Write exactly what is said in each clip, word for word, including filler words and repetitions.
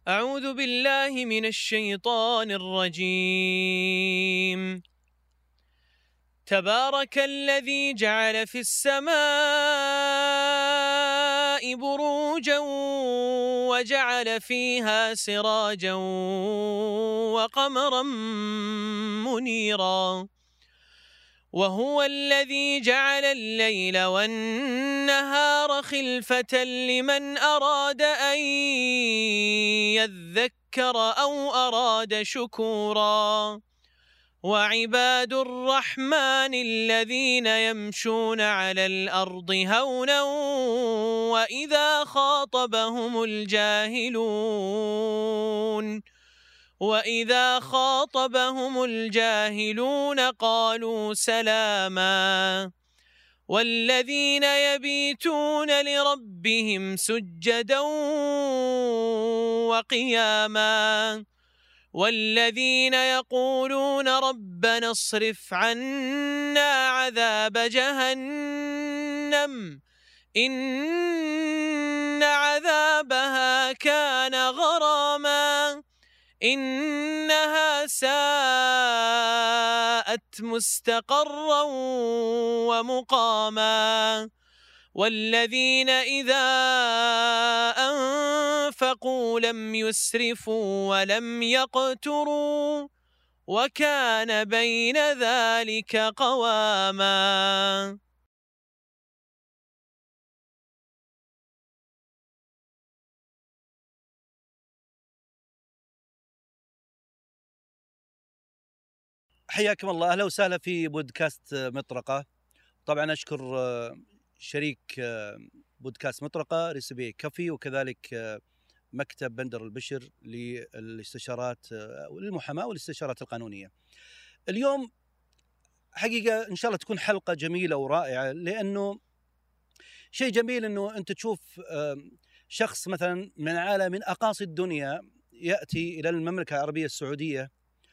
أعوذ بالله من الشيطان الرجيم. تبارك الذي جعل في السماء بروجا وجعل فيها سراجا وقمرا منيرا، وهو الذي جعل الليل والنهار خلفة لمن أراد أن يذكر أو أراد شكورا. وعباد الرحمن الذين يمشون على الأرض هونا وإذا خاطبهم الجاهلون وإذا خاطبهم الجاهلون قالوا سلاما. والذين يبيتون لربهم سجدا وقياما، والذين يقولون ربنا اصرف عنا عذاب جهنم إن عذابها كان غراما إنها ساءت مستقرا ومقاما. والذين إذا أنفقوا لم يسرفوا ولم يقتروا وكان بين ذلك قواما. حياكم الله، أهلا وسهلا في بودكاست مطرقة. طبعا أشكر شريك بودكاست مطرقة ريسبي كافي، وكذلك مكتب بندر البشر للاستشارات والمحاماة والاستشارات القانونية. اليوم حقيقة إن شاء الله تكون حلقة جميلة ورائعة، لأنه شيء جميل أنه أنت تشوف شخص مثلا من عالم من أقاصي الدنيا يأتي إلى المملكة العربية السعودية،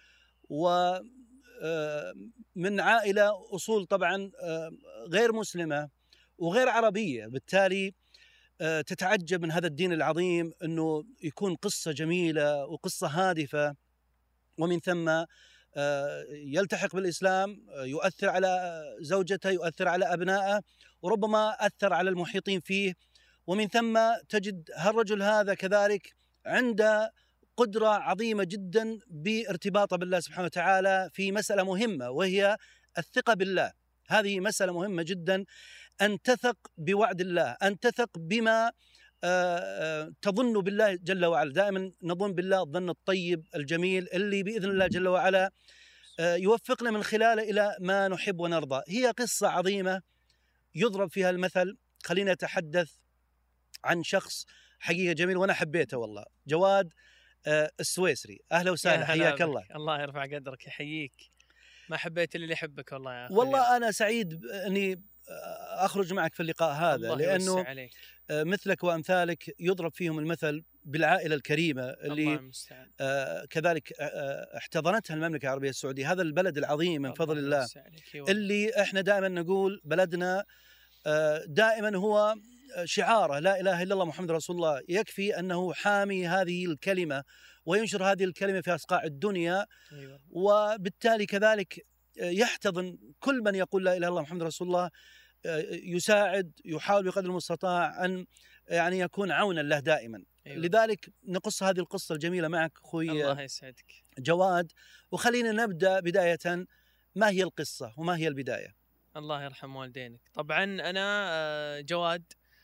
ومن عائلة أصول طبعا غير مسلمة وغير عربية، بالتالي تتعجب من هذا الدين العظيم أنه يكون قصة جميلة وقصة هادفة، ومن ثم يلتحق بالإسلام، يؤثر على زوجته، يؤثر على أبنائه، وربما أثر على المحيطين فيه. ومن ثم تجد هالرجل هذا كذلك عنده قدرة عظيمة جدا بارتباطه بالله سبحانه وتعالى في مسألة مهمة، وهي الثقة بالله. هذه مسألة مهمة جدا، أن تثق بوعد الله، أن تثق بما تظن بالله جل وعلا. دائما نظن بالله الظن الطيب الجميل اللي بإذن الله جل وعلا يوفقنا من خلاله إلى ما نحب ونرضى. هي قصة عظيمة يضرب فيها المثل. خلينا نتحدث عن شخص حقيقة جميل وأنا حبيته والله، جواد السويسري. أهلا وسهلا، حياك الله. الله يرفع قدرك، يحييك. ما حبيت اللي يحبك والله يا أخي. والله أنا سعيد أني أخرج معك في اللقاء هذا، لأنه مثلك وأمثالك يضرب فيهم المثل بالعائلة الكريمة اللي آه كذلك آه احتضنتها المملكة العربية السعودية، هذا البلد العظيم من فضل الله، اللي احنا دائما نقول بلدنا آه دائما هو شعاره لا إله إلا الله محمد رسول الله. يكفي أنه حامي هذه الكلمة وينشر هذه الكلمة في أصقاع الدنيا. أيوة. وبالتالي كذلك يحتضن كل من يقول لا إله إلا الله محمد رسول الله، يساعد، يحاول بقدر المستطاع أن يعني يكون عونا له دائما. أيوة. لذلك نقص هذه القصة الجميلة معك أخوي الله يسعدك جواد، وخلينا نبدأ بداية. ما هي القصة وما هي البداية؟ الله يرحم والدينك. طبعا أنا جواد،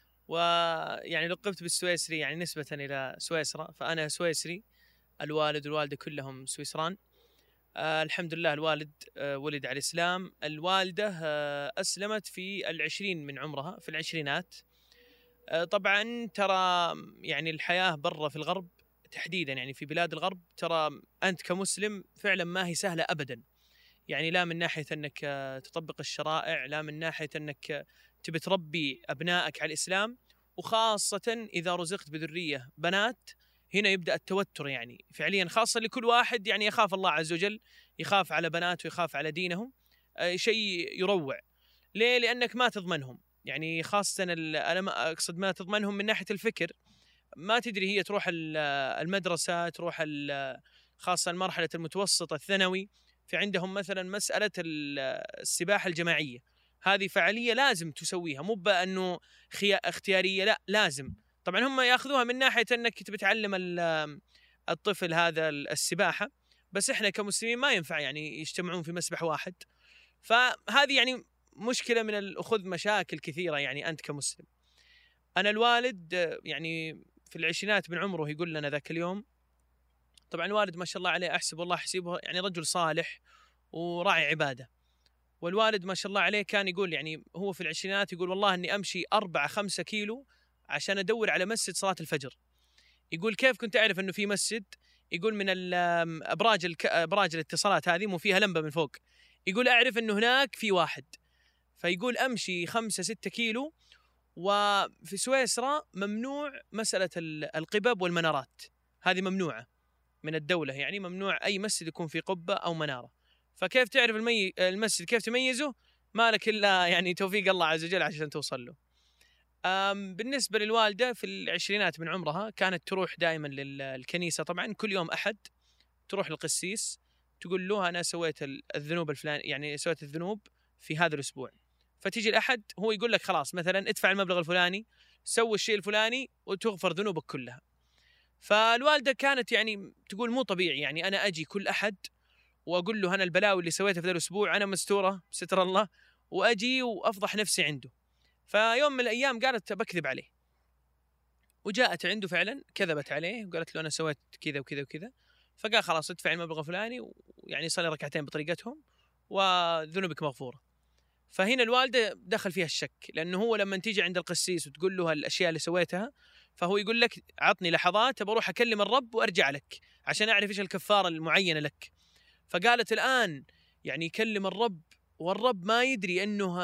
ويعني لقبت بالسويسري يعني نسبة إلى سويسرا، فأنا سويسري. الوالد والوالدة كلهم سويسران. آه الحمد لله. الوالد آه ولد على الإسلام، الوالدة آه أسلمت في العشرين من عمرها، في العشرينات. آه طبعا ترى يعني الحياة برا في الغرب تحديدا، يعني في بلاد الغرب، ترى أنت كمسلم فعلا ما هي سهلة أبدا. يعني لا من ناحية أنك آه تطبق الشرائع، لا من ناحية أنك تبي تربي أبنائك على الإسلام، وخاصة إذا رزقت بذرية بنات، هنا يبدأ التوتر يعني فعليا، خاصة لكل واحد يعني يخاف الله عز وجل، يخاف على بناته، يخاف على دينهم. آه شيء يروع. ليه؟ لأنك ما تضمنهم، يعني خاصة أنا ما أقصد ما تضمنهم من ناحية الفكر، ما تدري هي تروح المدرسة، تروح خاصة مرحلة المتوسطة الثانوي، في عندهم مثلا مسألة السباحة الجماعية، هذه فعالية لازم تسويها، مو بأنه اختيارية، لا لازم. طبعا هم ياخذوها من ناحية أنك تتعلم الطفل هذا السباحة، بس إحنا كمسلمين ما ينفع يعني يجتمعون في مسبح واحد، فهذه يعني مشكلة من الأخذ مشاكل كثيرة. يعني أنت كمسلم، أنا الوالد يعني في العشرينات من عمره يقول لنا ذاك اليوم، طبعا الوالد ما شاء الله عليه أحسب والله حسيبه يعني رجل صالح وراعي عبادة، والوالد ما شاء الله عليه كان يقول يعني هو في العشرينات يقول والله أني أمشي أربعة خمسة كيلو عشان أدور على مسجد صلاة الفجر. يقول كيف كنت أعرف أنه في مسجد؟ يقول من الأبراج الك... أبراج الاتصالات هذه مو فيها لمبة من فوق، يقول أعرف أنه هناك في واحد. فيقول أمشي خمسة ستة كيلو. وفي سويسرا ممنوع مسألة القبب والمنارات، هذه ممنوعة من الدولة، يعني ممنوع أي مسجد يكون في قبة أو منارة. فكيف تعرف المي... المسجد كيف تميزه؟ ما لك إلا يعني توفيق الله عز وجل عشان توصل له. بالنسبة للوالدة في العشرينات من عمرها كانت تروح دائما للكنيسة، طبعا كل يوم أحد تروح للقسيس تقول له أنا سويت الذنوب الفلاني، يعني سويت الذنوب في هذا الأسبوع. فتيجي الأحد هو يقول لك خلاص مثلا ادفع المبلغ الفلاني، سوي الشيء الفلاني وتغفر ذنوبك كلها. فالوالدة كانت يعني تقول مو طبيعي، يعني أنا أجي كل أحد وأقول له أنا البلاوي اللي سويتها في ذا الأسبوع أنا مستورة ستر الله، وأجي وأفضح نفسي عنده. فيوم من الأيام قالت بكذب عليه، وجاءت عنده فعلا كذبت عليه وقالت له أنا سويت كذا وكذا وكذا. فقال خلاص ادفع المبلغ الفلاني ويعني صلي ركعتين بطريقتهم وذنوبك مغفورة. فهنا الوالدة دخل فيها الشك، لأنه هو لما تيجي عند القسيس وتقول له الأشياء اللي سويتها، فهو يقول لك عطني لحظات بروح أكلم الرب وأرجع لك عشان أعرف إيش الكفارة المعينة لك. فقالت الآن يعني يكلم الرب والرب ما يدري أنه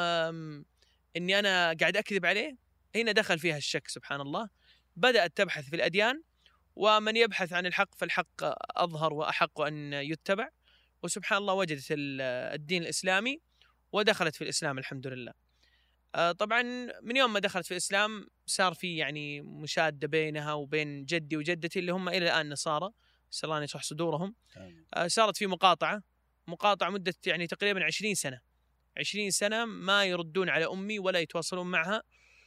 إني أنا قاعد أكذب عليه. هنا دخل فيها الشك سبحان الله. بدأت تبحث في الأديان، ومن يبحث عن الحق فالحق أظهر وأحق أن يتبع، وسبحان الله وجدت الدين الإسلامي ودخلت في الإسلام الحمد لله. طبعا من يوم ما دخلت في الإسلام صار في يعني مشادة بينها وبين جدي وجدتي اللي هم إلى الآن نصارى، نسأل الله أن يشرح صدورهم. صارت في مقاطعة مقاطعة مدة يعني تقريبا عشرين سنة عشرين سنة ما يردون على أمي ولا يتواصلون معها،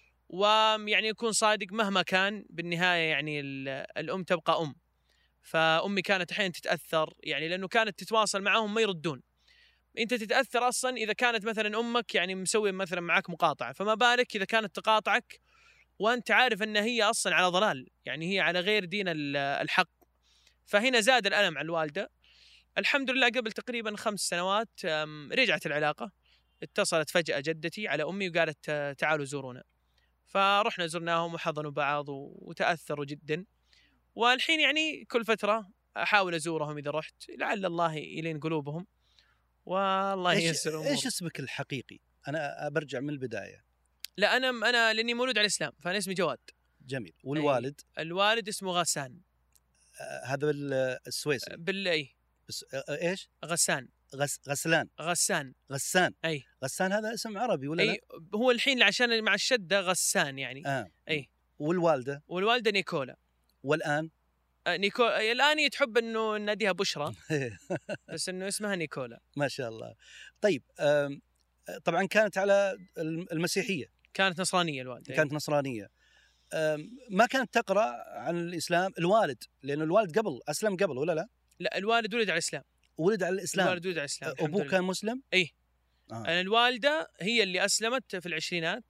ويعني يكون صادق مهما كان بالنهاية يعني الأم تبقى أم. فأمي كانت أحيانا تتأثر يعني لأنه كانت تتواصل معهم ما يردون. أنت تتأثر أصلا إذا كانت مثلا أمك يعني مسوي مثلا معك مقاطعة، فما بالك إذا كانت تقاطعك وأنت عارف أن هي أصلا على ضلال، يعني هي على غير دين الحق. فهنا زاد الألم على الوالدة. الحمد لله قبل تقريبا خمس سنوات رجعت العلاقة، اتصلت فجأة جدتي على أمي وقالت تعالوا زورونا، فرحنا زرناهم وحضنوا بعض وتأثروا جدا. والحين يعني كل فترة أحاول أزورهم إذا رحت، لعل الله يلين قلوبهم والله ييسر الأمور. إيش اسمك الحقيقي؟ أنا برجع من البداية. لا أنا أنا لأني مولود على الإسلام فأنا اسمي جواد. جميل. والوالد؟ الوالد اسمه غسان. آه هذا السويسري؟ بالأي بس آه إيش؟ غسان. غس غسلان. غسان. غسان. أي غسان هذا اسم عربي ولا أي لا؟ هو الحين عشان مع الشدة غسان يعني. آه. أي. والوالدة؟ والوالدة نيكولا. والآن؟ آه نيكولا. الآن تحب إنه ناديها بشرى بس إنه اسمها نيكولا. ما شاء الله. طيب طبعا كانت على المسيحية؟ كانت نصرانية الوالدة. كانت نصرانية. ما كانت تقرأ عن الإسلام الوالد؟ لأنه الوالد قبل أسلم قبل ولا لا؟ لا الوالد ولد على الإسلام. ولد على الإسلام. الوالد ولد على الإسلام. أبوه كان مسلم؟ إيه. آه. أنا الوالدة هي اللي أسلمت في العشرينات،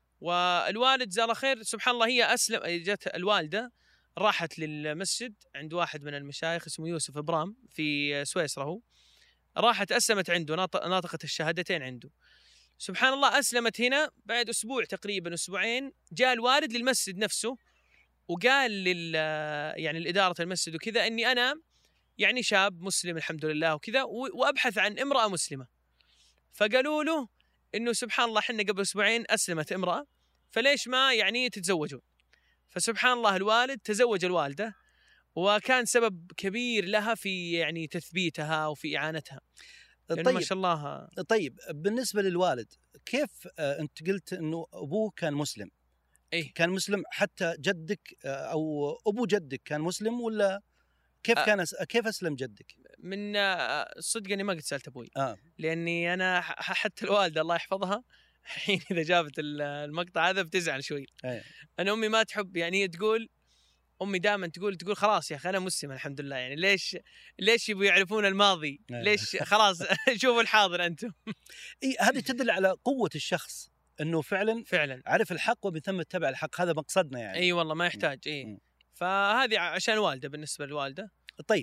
والوالد جزاه الله خير سبحان الله هي أسلم. جت الوالدة راحت للمسجد عند واحد من المشايخ اسمه يوسف إبرام في سويسرا، هو راحت أسلمت عنده، ناطقة الشهادتين عنده. سبحان الله أسلمت هنا بعد أسبوع تقريبا أسبوعين جاء الوالد للمسجد نفسه وقال لل يعني الإدارة المسجد وكذا إني أنا يعني شاب مسلم الحمد لله وكذا وأبحث عن امرأة مسلمة. فقالوا له إنه سبحان الله حنا قبل أسبوعين أسلمت امرأة فليش ما يعني تتزوجون. فسبحان الله الوالد تزوج الوالدة وكان سبب كبير لها في يعني تثبيتها وفي إعانتها. طيب ما شاء الله. طيب بالنسبة للوالد كيف أنت قلت إنه أبوه كان مسلم، اي كان مسلم حتى جدك او ابو جدك كان مسلم ولا كيف كان أس... كيف اسلم جدك؟ من صدق اني ما قد سالت ابوي آه. لاني انا حتى الوالده الله يحفظها الحين اذا جابت المقطع هذا بتزعل شوي. أيه. انا امي ما تحب، يعني هي تقول، امي دائما تقول تقول خلاص يا اخي انا مسلمه الحمد لله، يعني ليش ليش يبغوا يعرفون الماضي؟ أيه. ليش خلاص شوفوا الحاضر انتم. اي هذه تدل على قوه الشخص انه فعلا فعلا عرف الحق ومن ثم اتبع الحق، هذا مقصدنا يعني. اي والله ما يحتاج. اي فهذه عشان الوالده، بالنسبه للوالده. طيب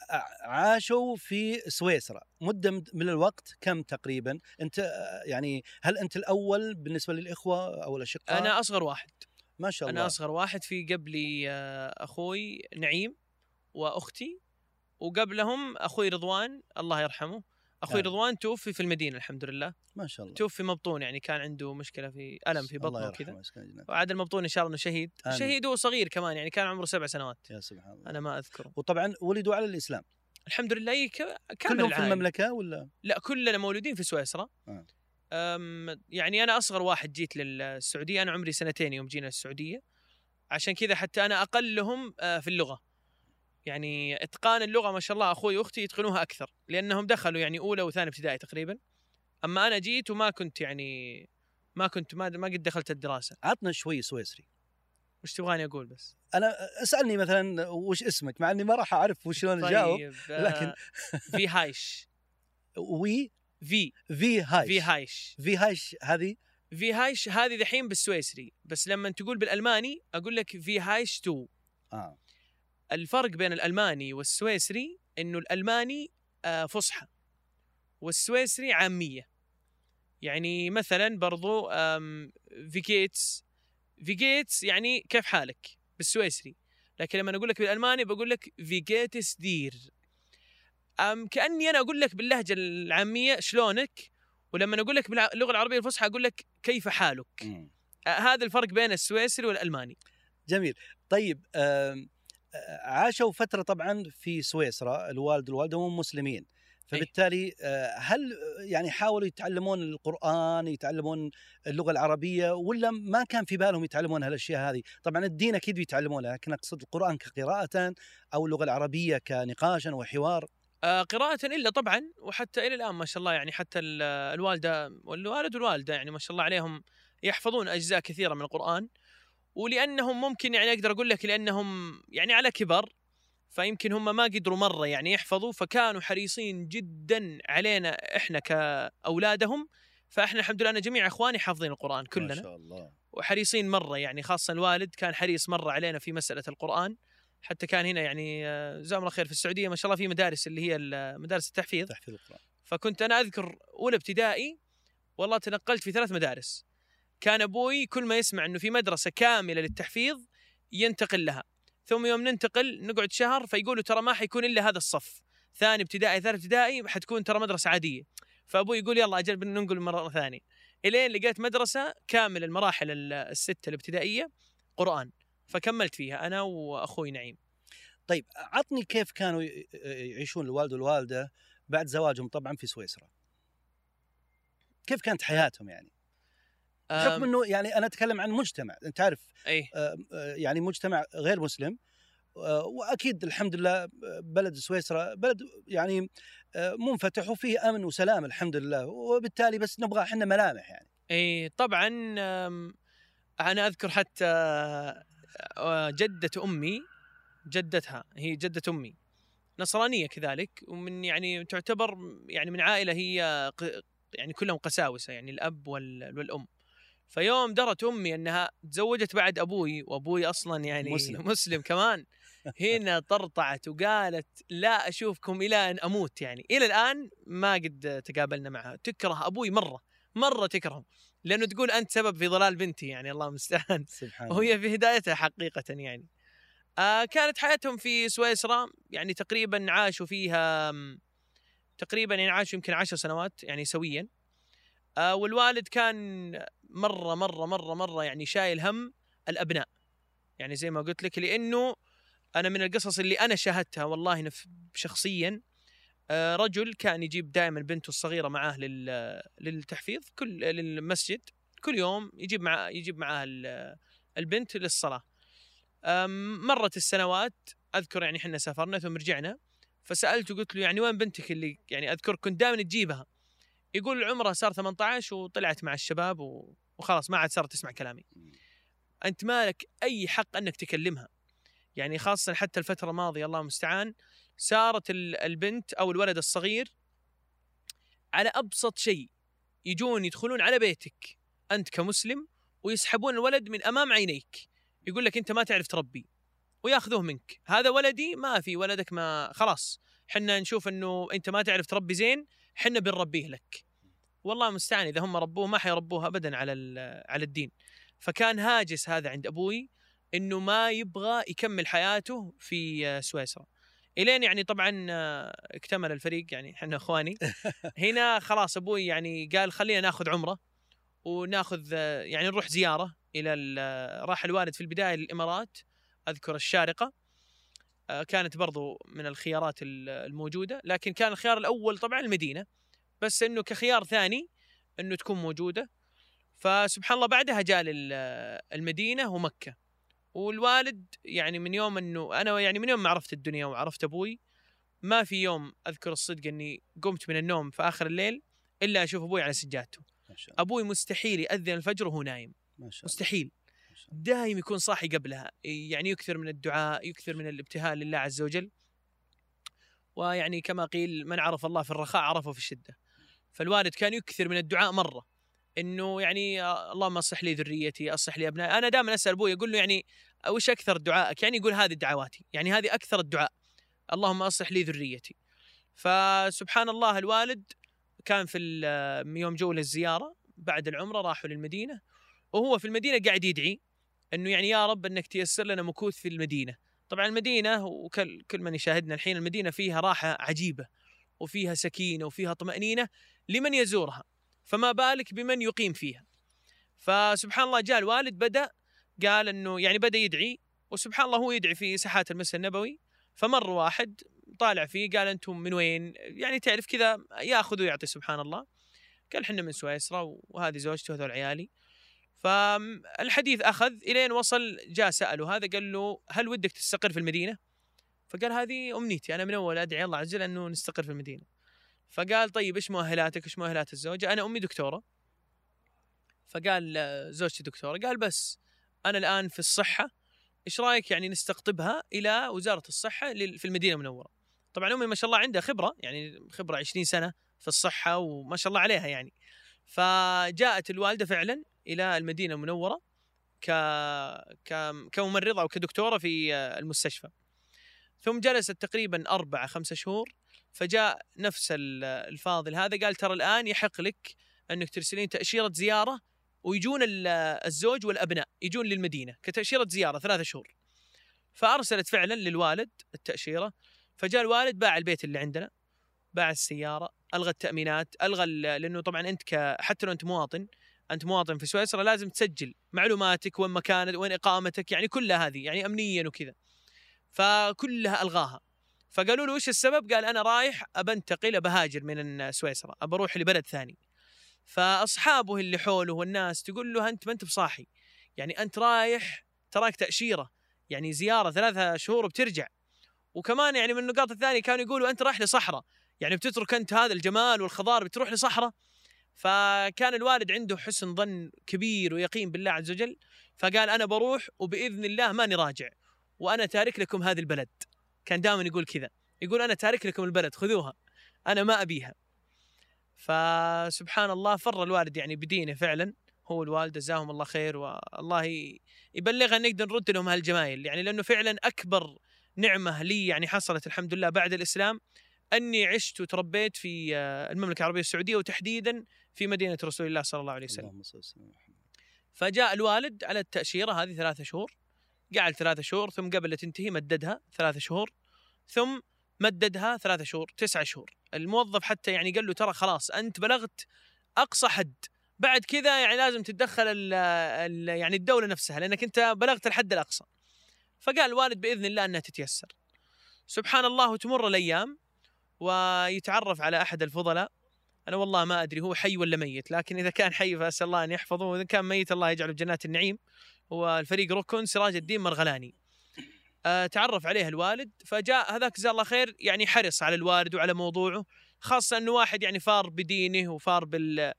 عاشوا في سويسرا مدة من الوقت كم تقريبا؟ أنت يعني هل أنت الأول بالنسبة للإخوة أو الأشقاء؟ أنا أصغر واحد. ما شاء الله. أنا أصغر واحد، في قبلي أخوي نعيم وأختي، وقبلهم أخوي رضوان الله يرحمه. أخوي يعني. رضوان توفي في المدينة الحمد لله. ما شاء الله. توفي مبطون، يعني كان عنده مشكلة في ألم في بطنه وكذا، وكذا، وعاد المبطون إن شاء الله إنه شهيد. آمين. شهيد وصغير كمان، يعني كان عمره سبع سنوات. يا سبحان الله. أنا ما أذكره. وطبعا ولدوا على الإسلام الحمد لله. ك... كلهم في المملكة ولا؟ لا كلنا مولودين في سويسرا. آه. أم يعني أنا أصغر واحد جيت للسعودية، أنا عمري سنتين يوم جينا السعودية، عشان كذا حتى أنا أقلهم في اللغة، يعني إتقان اللغة ما شاء الله أخوي وأختي يتقنوها أكثر، لأنهم دخلوا يعني أولى وثانية ابتدائي تقريبا. أما أنا جيت وما كنت يعني ما كنت ما ما قد دخلت الدراسة. عطنا شوي سويسري. وش تبغاني أقول بس؟ أنا اسألني مثلا وش اسمك، مع إني ما راح أعرف وشلون أجاوب. طيب لكن في هايش. وي في في هايش. في هايش في هايش هذه في هايش هذه دحين بالسويسري، بس لما تقول بالألماني أقول لك في هايش تو. آه. الفرق بين الألماني والسويسري إنه الألماني فصحى والسويسري عامية. يعني مثلا برضو فيجيتس فيجيتس يعني كيف حالك بالسويسري، لكن لما أقول لك بالألماني بقول لك فيجيتس دير. أم كأني أنا أقول لك باللهجة العامية شلونك، ولما أقول لك باللغة العربية الفصحى أقول لك كيف حالك. آه هذا الفرق بين السويسري والألماني. جميل. طيب آه عاشوا فترة طبعا في سويسرا، الوالد والوالدة هم مسلمين، فبالتالي هل يعني حاولوا يتعلمون القرآن، يتعلمون اللغة العربية، ولا ما كان في بالهم يتعلمون هالأشياء هذه؟ طبعا الدين أكيد يتعلمونها، لكن أقصد القرآن كقراءة أو اللغة العربية كنقاشا وحوار. آه قراءة إلا طبعا، وحتى إلى الآن ما شاء الله، يعني حتى الوالدة والوالد والوالدة يعني ما شاء الله عليهم يحفظون أجزاء كثيرة من القرآن. ولأنهم ممكن يعني أقدر أقول لك لأنهم يعني على كبر، فيمكن هم ما قدروا مرة يعني يحفظوا، فكانوا حريصين جدا علينا إحنا كأولادهم. فإحنا الحمد لله أنا جميع إخواني حافظين القرآن كلنا ما شاء الله، وحريصين مرة، يعني خاصة الوالد كان حريص مرة علينا في مسألة القرآن. حتى كان هنا يعني جزاهم الله خير في السعودية ما شاء الله في مدارس اللي هي مدارس التحفيظ تحفيظ القرآن. فكنت أنا أذكر أولى ابتدائي والله تنقلت في ثلاث مدارس. كان أبوي كل ما يسمع أنه في مدرسة كاملة للتحفيظ ينتقل لها، ثم يوم ننتقل نقعد شهر فيقولوا ترى ما حيكون إلا هذا الصف، ثاني ابتدائي ثالث ابتدائي حتكون ترى مدرسة عادية. فأبوي يقول يلا أجل بننقل مرة ثانية، إلين لقيت مدرسة كامل المراحل الستة الابتدائية قرآن، فكملت فيها أنا وأخوي نعيم. طيب عطني كيف كانوا يعيشون الوالد والوالدة بعد زواجهم طبعا في سويسرا؟ كيف كانت حياتهم يعني؟ بحكم انه يعني انا اتكلم عن مجتمع انت عارف أيه؟ يعني مجتمع غير مسلم، واكيد الحمد لله بلد سويسرا بلد يعني منفتح وفيه امن وسلام الحمد لله، وبالتالي بس نبغى احنا ملامح يعني. اي طبعا. انا اذكر حتى جدة امي، جدتها هي جدة امي نصرانية كذلك، ومن يعني تعتبر يعني من عائلة هي يعني كلهم قساوسة، يعني الاب والام. فيوم درت أمي أنها تزوجت بعد أبوي، وأبوي أصلا يعني مسلم, مسلم كمان، هنا طرطعت وقالت لا أشوفكم إلى أن أموت. يعني إلى الآن ما قد تقابلنا معها، تكره أبوي مرة مرة تكرهه، لأنه تقول أنت سبب في ضلال بنتي، يعني الله مستعان، وهي في هدايتها حقيقة. يعني آه كانت حياتهم في سويسرا يعني تقريبا عاشوا فيها تقريبا يعني عاشوا يمكن عشر سنوات يعني سويا. آه والوالد كان مرة مرة مرة مرة يعني شايل هم الأبناء، يعني زي ما قلت لك، لأنه أنا من القصص اللي أنا شاهدتها والله شخصيا، آه رجل كان يجيب دائما بنته الصغيرة معاه للتحفيظ كل للمسجد كل يوم، يجيب معاه يجيب معاه البنت للصلاة. مرت السنوات، أذكر يعني حنا سافرنا ثم رجعنا، فسألته قلت له يعني وين بنتك اللي يعني أذكر كنت دائما تجيبها؟ يقول عمرها صار ثمانية عشر وطلعت مع الشباب وخلاص ما عاد صارت تسمع كلامي. أنت مالك أي حق أنك تكلمها، يعني خاصة حتى الفترة الماضية الله المستعان صارت البنت أو الولد الصغير على أبسط شيء يجون يدخلون على بيتك أنت كمسلم ويسحبون الولد من أمام عينيك، يقول لك أنت ما تعرف تربي وياخذوه منك. هذا ولدي، ما في ولدك، ما خلاص حنا نشوف أنه أنت ما تعرف تربي زين، حنا بنربيه لك. والله مستعان إذا هم ربوه ما حيربوه أبدا على على الدين. فكان هاجس هذا عند أبوي إنه ما يبغى يكمل حياته في سويسرا، إلين يعني طبعا اكتمل الفريق، يعني حنا إخواني هنا خلاص. أبوي يعني قال خلينا ناخذ عمرة وناخذ يعني نروح زيارة إلى راح الوالد في البداية للإمارات، أذكر الشارقة كانت برضو من الخيارات الموجودة، لكن كان الخيار الأول طبعا المدينة، بس إنه كخيار ثاني إنه تكون موجودة. فسبحان الله بعدها جاء المدينة ومكة. والوالد يعني من يوم إنه أنا يعني من يوم ما عرفت الدنيا وعرفت أبوي ما في يوم أذكر الصدق إني قمت من النوم في آخر الليل إلا أشوف أبوي على سجادته. أبوي مستحيل يأذن الفجر وهو نايم، مستحيل، دائم يكون صاحي قبلها، يعني يكثر من الدعاء، يكثر من الابتهال لله عز وجل. ويعني كما قيل من عرف الله في الرخاء عرفه في الشدة. فالوالد كان يكثر من الدعاء مرة، إنه يعني اللهم أصلح لي ذريتي، أصلح لي أبنائي. أنا دائما أسأل أبوي أقول له يعني وش أكثر دعائك؟ يعني يقول هذه دعواتي، يعني هذه أكثر الدعاء، اللهم أصلح لي ذريتي. فسبحان الله الوالد كان في يوم جو للزيارة بعد العمرة راحوا للمدينة، وهو في المدينة قاعد يدعي إنه يعني يا رب أنك تيسر لنا مكوث في المدينة. طبعا المدينة وكل كل من يشاهدنا الحين المدينة فيها راحة عجيبة وفيها سكينة وفيها طمأنينة لمن يزورها، فما بالك بمن يقيم فيها. فسبحان الله جاء الوالد بدأ قال إنه يعني بدأ يدعي، وسبحان الله هو يدعي في ساحات المسجد النبوي، فمر واحد طالع فيه قال أنتم من وين؟ يعني تعرف كذا يأخذ ويعطي سبحان الله. قال حنا من سويسرا وهذه زوجته وهذول عيالي. فالحديث أخذ إلين وصل جاء سأله هذا قال له هل ودك تستقر في المدينة؟ فقال هذه أمنيتي، أنا من أول أدعي الله عز وجل أنه نستقر في المدينة. فقال طيب إيش مؤهلاتك؟ إيش مؤهلات الزوجة؟ أنا أمي دكتورة. فقال زوجتي دكتورة. قال بس أنا الآن في الصحة، إيش رأيك يعني نستقطبها إلى وزارة الصحة في المدينة المنورة؟ طبعا أمي ما شاء الله عندها خبرة، يعني خبرة عشرين سنة في الصحة وما شاء الله عليها يعني. فجاءت الوالدة فعلا إلى المدينة المنورة ك... ك... كممرضة أو كدكتورة في المستشفى. ثم جلست تقريبا أربعة خمسة شهور، فجاء نفس الفاضل هذا قال ترى الآن يحق لك أنك ترسلين تأشيرة زيارة ويجون الزوج والأبناء يجون للمدينة كتأشيرة زيارة ثلاثة شهور. فأرسلت فعلا للوالد التأشيرة. فجاء الوالد باع البيت اللي عندنا، باع السيارة، ألغى التأمينات، ألغى لأنه طبعا أنت ك... حتى لو أنت مواطن أنت مواطن في سويسرا لازم تسجل معلوماتك وين مكانك وين إقامتك، يعني كلها هذه يعني أمنيا وكذا، فكلها ألغاها. فقالوا له إيش السبب؟ قال أنا رايح أبنتقل بهاجر من سويسرا أبروح لبلد ثاني. فأصحابه اللي حوله والناس تقول له أنت ما أنت بصاحي، يعني أنت رايح تراك تأشيرة يعني زيارة ثلاثة شهور وبترجع. وكمان يعني من النقاط الثانية كانوا يقولوا أنت رايح لصحراء، يعني بتترك أنت هذا الجمال والخضار بتروح لصحراء. فكان الوالد عنده حسن ظن كبير ويقين بالله عز وجل، فقال أنا بروح وبإذن الله ماني راجع، وأنا تارك لكم هذه البلد. كان دائما يقول كذا، يقول أنا تارك لكم البلد خذوها أنا ما أبيها. فسبحان الله فر الوالد يعني بدينه فعلا، هو الوالد جزاهم الله خير، والله يبلغ أن نقدر نرد لهم هالجمايل، يعني لأنه فعلا أكبر نعمة لي يعني حصلت الحمد لله بعد الإسلام أني عشت وتربيت في المملكة العربية السعودية وتحديدا في مدينة رسول الله صلى الله عليه وسلم. فجاء الوالد على التأشيرة هذه ثلاثة شهور، قعد ثلاثة شهور، ثم قبل لا تنتهي مددها ثلاثة شهور، ثم مددها ثلاثة شهور، تسعة شهور. الموظف حتى يعني قال له ترى خلاص أنت بلغت أقصى حد، بعد كذا يعني لازم تتدخل ال ال يعني الدولة نفسها لأنك أنت بلغت الحد الأقصى. فقال الوالد بإذن الله أنها تتيسر. سبحان الله تمر الأيام ويتعرف على أحد الفضلاء، أنا والله ما أدري هو حي ولا ميت، لكن إذا كان حي فأسأل الله أن يحفظه، وإذا كان ميت الله يجعله بجنات النعيم. هو الفريق ركن سراج الدين مرغلاني. أه تعرف عليه الوالد، فجاء هذاك جزاه الله خير يعني حرص على الوالد وعلى موضوعه، خاصة أنه واحد يعني فار بدينه وفار بال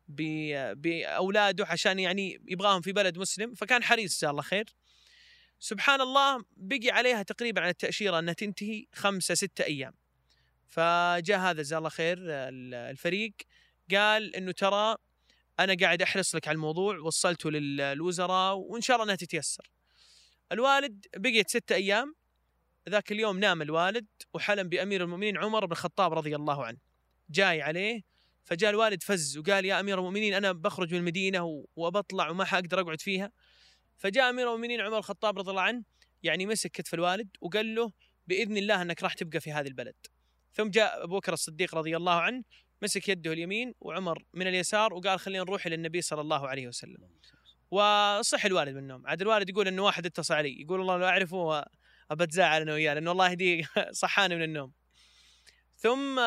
بأولاده عشان يعني يبغاهم في بلد مسلم، فكان حريص جزاه الله خير. سبحان الله بقي عليها تقريبا على التأشيرة أنها تنتهي خمسة ستة أيام، فجاء هذا جزاه الله خير الفريق قال إنه ترى أنا قاعد أحرص لك على الموضوع، وصلته للوزراء وإن شاء الله أنها تتيسر. الوالد بقيت ستة أيام. ذاك اليوم نام الوالد وحلم بأمير المؤمنين عمر بن الخطاب رضي الله عنه جاي عليه، فجاء الوالد فز وقال يا أمير المؤمنين أنا بخرج من المدينة وبطلع وما حقدر أقعد فيها. فجاء أمير المؤمنين عمر الخطاب رضي الله عنه يعني مسك كتف الوالد وقال له بإذن الله أنك راح تبقى في هذه البلد. ثم جاء أبو بكر الصديق رضي الله عنه مسك يده اليمين وعمر من اليسار وقال خلينا نروح إلى النبي صلى الله عليه وسلم. وصح الوالد من النوم. عاد الوالد يقول إنه واحد اتصل علي يقول الله لو أعرفه أبتزعل أنا وياه، لأنه والله دي صحاني من النوم. ثم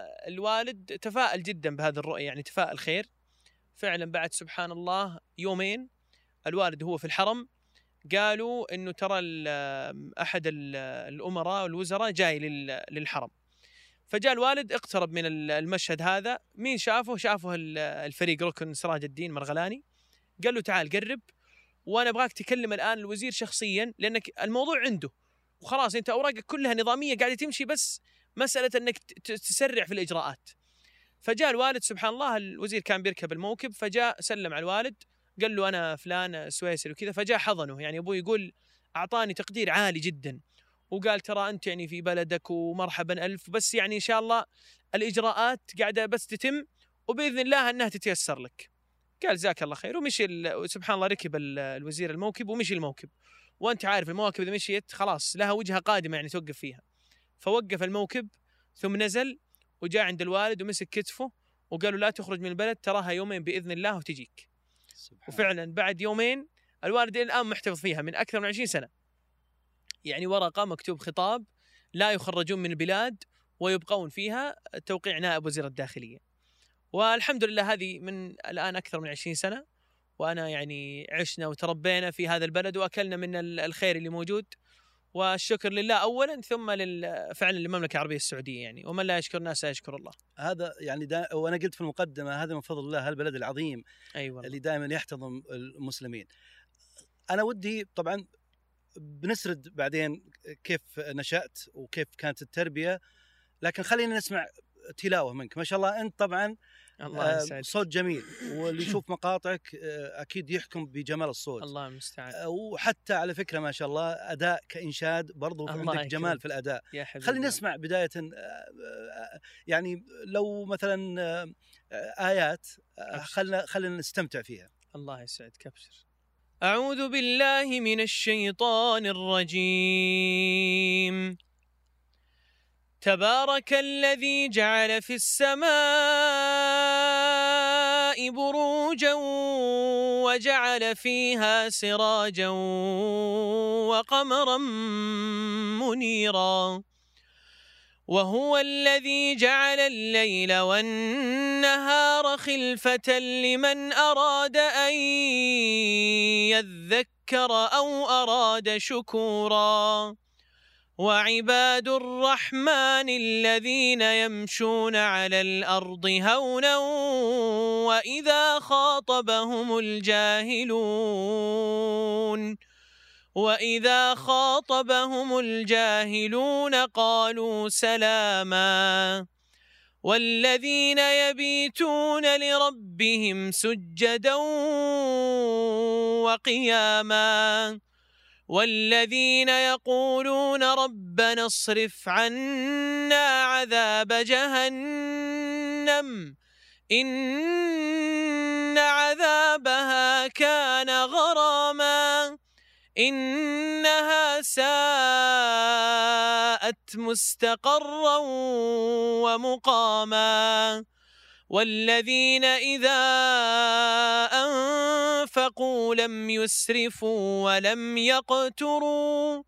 الوالد تفائل جدا بهذه الرؤية، يعني تفائل خير فعلا. بعد سبحان الله يومين الوالد هو في الحرم قالوا إنه ترى أحد الأمراء والوزراء جاي للحرم، فجاء الوالد اقترب من المشهد هذا. مين شافه؟ شافه الفريق ركن سراج الدين مرغلاني. قال له تعال قرب وأنا أبغاك تكلم الآن الوزير شخصيا، لأنك الموضوع عنده وخلاص أنت أوراقك كلها نظامية قاعدة تمشي، بس مسألة أنك تسرع في الإجراءات. فجاء الوالد سبحان الله، الوزير كان بيركب الموكب، فجاء سلم على الوالد قال له أنا فلان سويسري وكذا، فجاء حضنه. يعني أبوه يقول أعطاني تقدير عالي جدا وقال ترى أنت يعني في بلدك ومرحبا ألف، بس يعني إن شاء الله الإجراءات قاعدة بس تتم وبإذن الله أنها تتيسر لك. قال جزاك الله خير ومشي. سبحان الله ركب الوزير الموكب ومشي الموكب، وأنت عارف المواكب إذا مشيت خلاص لها وجهة قادمة يعني توقف فيها. فوقف الموكب ثم نزل وجاء عند الوالد ومسك كتفه وقالوا لا تخرج من البلد، تراها يومين بإذن الله وتجيك. وفعلا بعد يومين الوالد الآن محتفظ فيها من أكثر من عشرين سنة، يعني ورقة مكتوب خطاب لا يخرجون من البلاد ويبقون فيها، توقيع نائب وزير الداخلية. والحمد لله هذه من الآن أكثر من عشرين سنة، وأنا يعني عشنا وتربينا في هذا البلد وأكلنا من الخير اللي موجود، والشكر لله أولا ثم فعلا للمملكة العربية السعودية يعني، ومن لا يشكر الناس يشكر الله. هذا يعني دا وأنا قلت في المقدمة هذا من فضل الله هالبلد العظيم أيوة اللي دائما يحتضن المسلمين. أنا ودي طبعا بنسرد بعدين كيف نشأت وكيف كانت التربية، لكن خلينا نسمع تلاوة منك. ما شاء الله أنت طبعا الله يسعدك. صوت جميل، واللي يشوف مقاطعك أكيد يحكم بجمال الصوت. الله المستعان. وحتى على فكرة ما شاء الله أداء كإنشاد برضو عندك جمال في الأداء. خلينا نسمع بداية يعني لو مثلا آيات خلنا خلينا نستمتع فيها. الله يسعدك أبشر. أعوذ بالله من الشيطان الرجيم. تبارك الذي جعل في السماء بروجا وجعل فيها سراجا وقمرا منيرا، وهو الذي جعل الليل والنهار خلفة لمن أراد أن يذكر أو أراد شكورا. وعباد الرحمن الذين يمشون على الأرض هونا وإذا خاطبهم الجاهلون وإذا خاطبهم الجاهلون قالوا سلاما. والذين يبيتون لربهم سجدا وقياما، والذين يقولون ربنا اصرف عنا عذاب جهنم إن عذابها كان غراما إنها ساءت مستقرا ومقاما. والذين إذا أنفقوا لم يسرفوا ولم يقتروا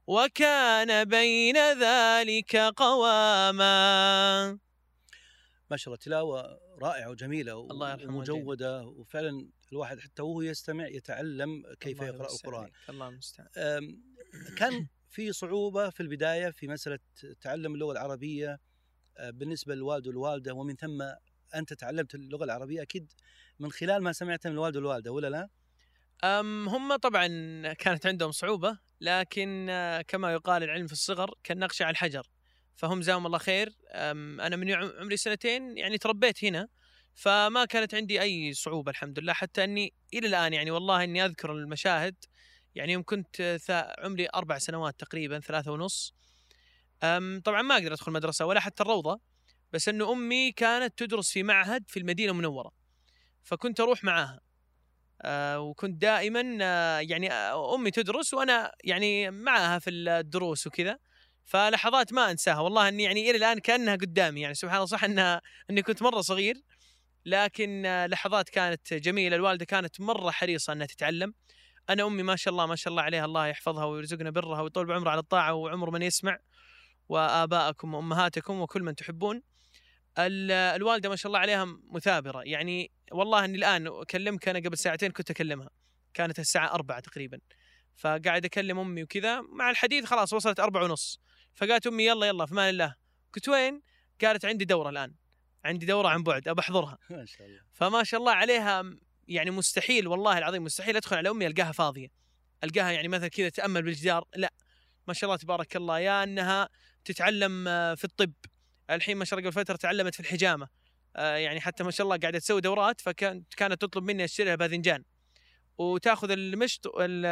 وكان بين ذلك قواما. ما شاء الله تلاوة رائعة وجميلة الله يرحمه ومجودة، وفعلا الواحد حتى وهو يستمع يتعلم كيف يقرأ القرآن. الله المستعان. كان في صعوبة في البداية في مسألة تعلم اللغة العربية بالنسبة للوالد والوالدة، ومن ثم أنت تعلمت اللغة العربية أكيد من خلال ما سمعت من الوالد والوالدة، ولا لا؟ أم هم طبعا كانت عندهم صعوبة، لكن كما يقال العلم في الصغر كالنقش على الحجر، فهم جزاهم الله خير. أنا من عمري سنتين يعني تربيت هنا، فما كانت عندي أي صعوبة الحمد لله، حتى أني إلى الآن يعني والله أني أذكر المشاهد. يعني يوم كنت عمري أربع سنوات تقريبا، ثلاثة ونص، طبعا ما أقدر أدخل مدرسة ولا حتى الروضة، بس أنه أمي كانت تدرس في معهد في المدينة المنورة، فكنت أروح معاها. آه وكنت دائما آه يعني آه أمي تدرس وأنا يعني معها في الدروس وكذا، فلحظات ما أنساها والله، أني يعني إلى الآن كأنها قدامي. يعني سبحان الله، صح أنها أني كنت مرة صغير، لكن آه لحظات كانت جميلة. الوالدة كانت مرة حريصة أنها تتعلم. أنا أمي ما شاء الله ما شاء الله عليها، الله يحفظها ويرزقنا برها ويطول بعمرها على الطاعة وعمر من يسمع، وآباءكم وأمهاتكم وكل من تحبون. الوالدة ما شاء الله عليها مثابرة، يعني والله أني الآن أكلمك، أنا قبل ساعتين كنت أكلمها، كانت الساعة أربعة تقريبا، فقاعد أكلم أمي وكذا مع الحديث، خلاص وصلت أربعة ونص، فقالت أمي يلا يلا في مان الله. قلت وين؟ قالت عندي دورة الآن، عندي دورة عن بعد أبى أحضرها. ما شاء الله. فما شاء الله عليها، يعني مستحيل والله العظيم مستحيل أدخل على أمي ألقاها فاضية، ألقاها يعني مثلا كذا تأمل بالجدار، لا ما شاء الله تبارك الله. يا أنها تتعلم في الطب الحين، ما شاء الله قبل فترة تعلمت في الحجامة، آه يعني حتى ما شاء الله قاعدة تسوي دورات، فكانت كانت تطلب مني أشتري لها باذنجان، وتاخذ المشط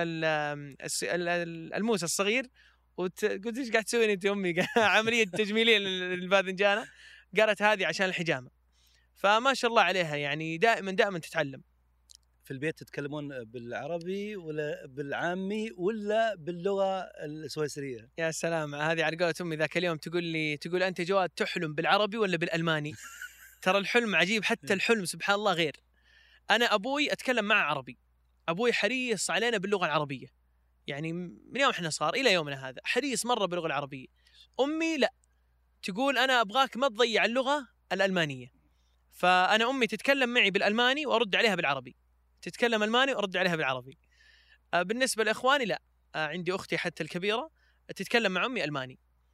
الموس الصغير، وقلت ايش قاعد تسوين انت امي؟ عملية تجميلية للباذنجانة، قالت هذه عشان الحجامة. فما شاء الله عليها يعني دائما دائما تتعلم. في البيت تتكلمون بالعربي ولا بالعامي ولا باللغة السويسرية؟ يا سلام، هذه على قولة أمي ذاك اليوم تقول لي، تقول أنت جواد تحلم بالعربي ولا بالألماني؟ ترى الحلم عجيب، حتى الحلم سبحان الله غير. أنا أبوي أتكلم معه عربي، أبوي حريص علينا باللغة العربية، يعني من يوم إحنا صغار إلى يومنا هذا حريص مرة باللغة العربية. أمي لا، تقول أنا أبغاك ما تضيع اللغة الألمانية، فأنا أمي تتكلم معي بالألماني وأرد عليها بالعربي، تتكلم ألماني وأرد عليها بالعربي. بالنسبة لإخواني لا، عندي أختي حتى الكبيرة تتكلم مع أمي ألماني،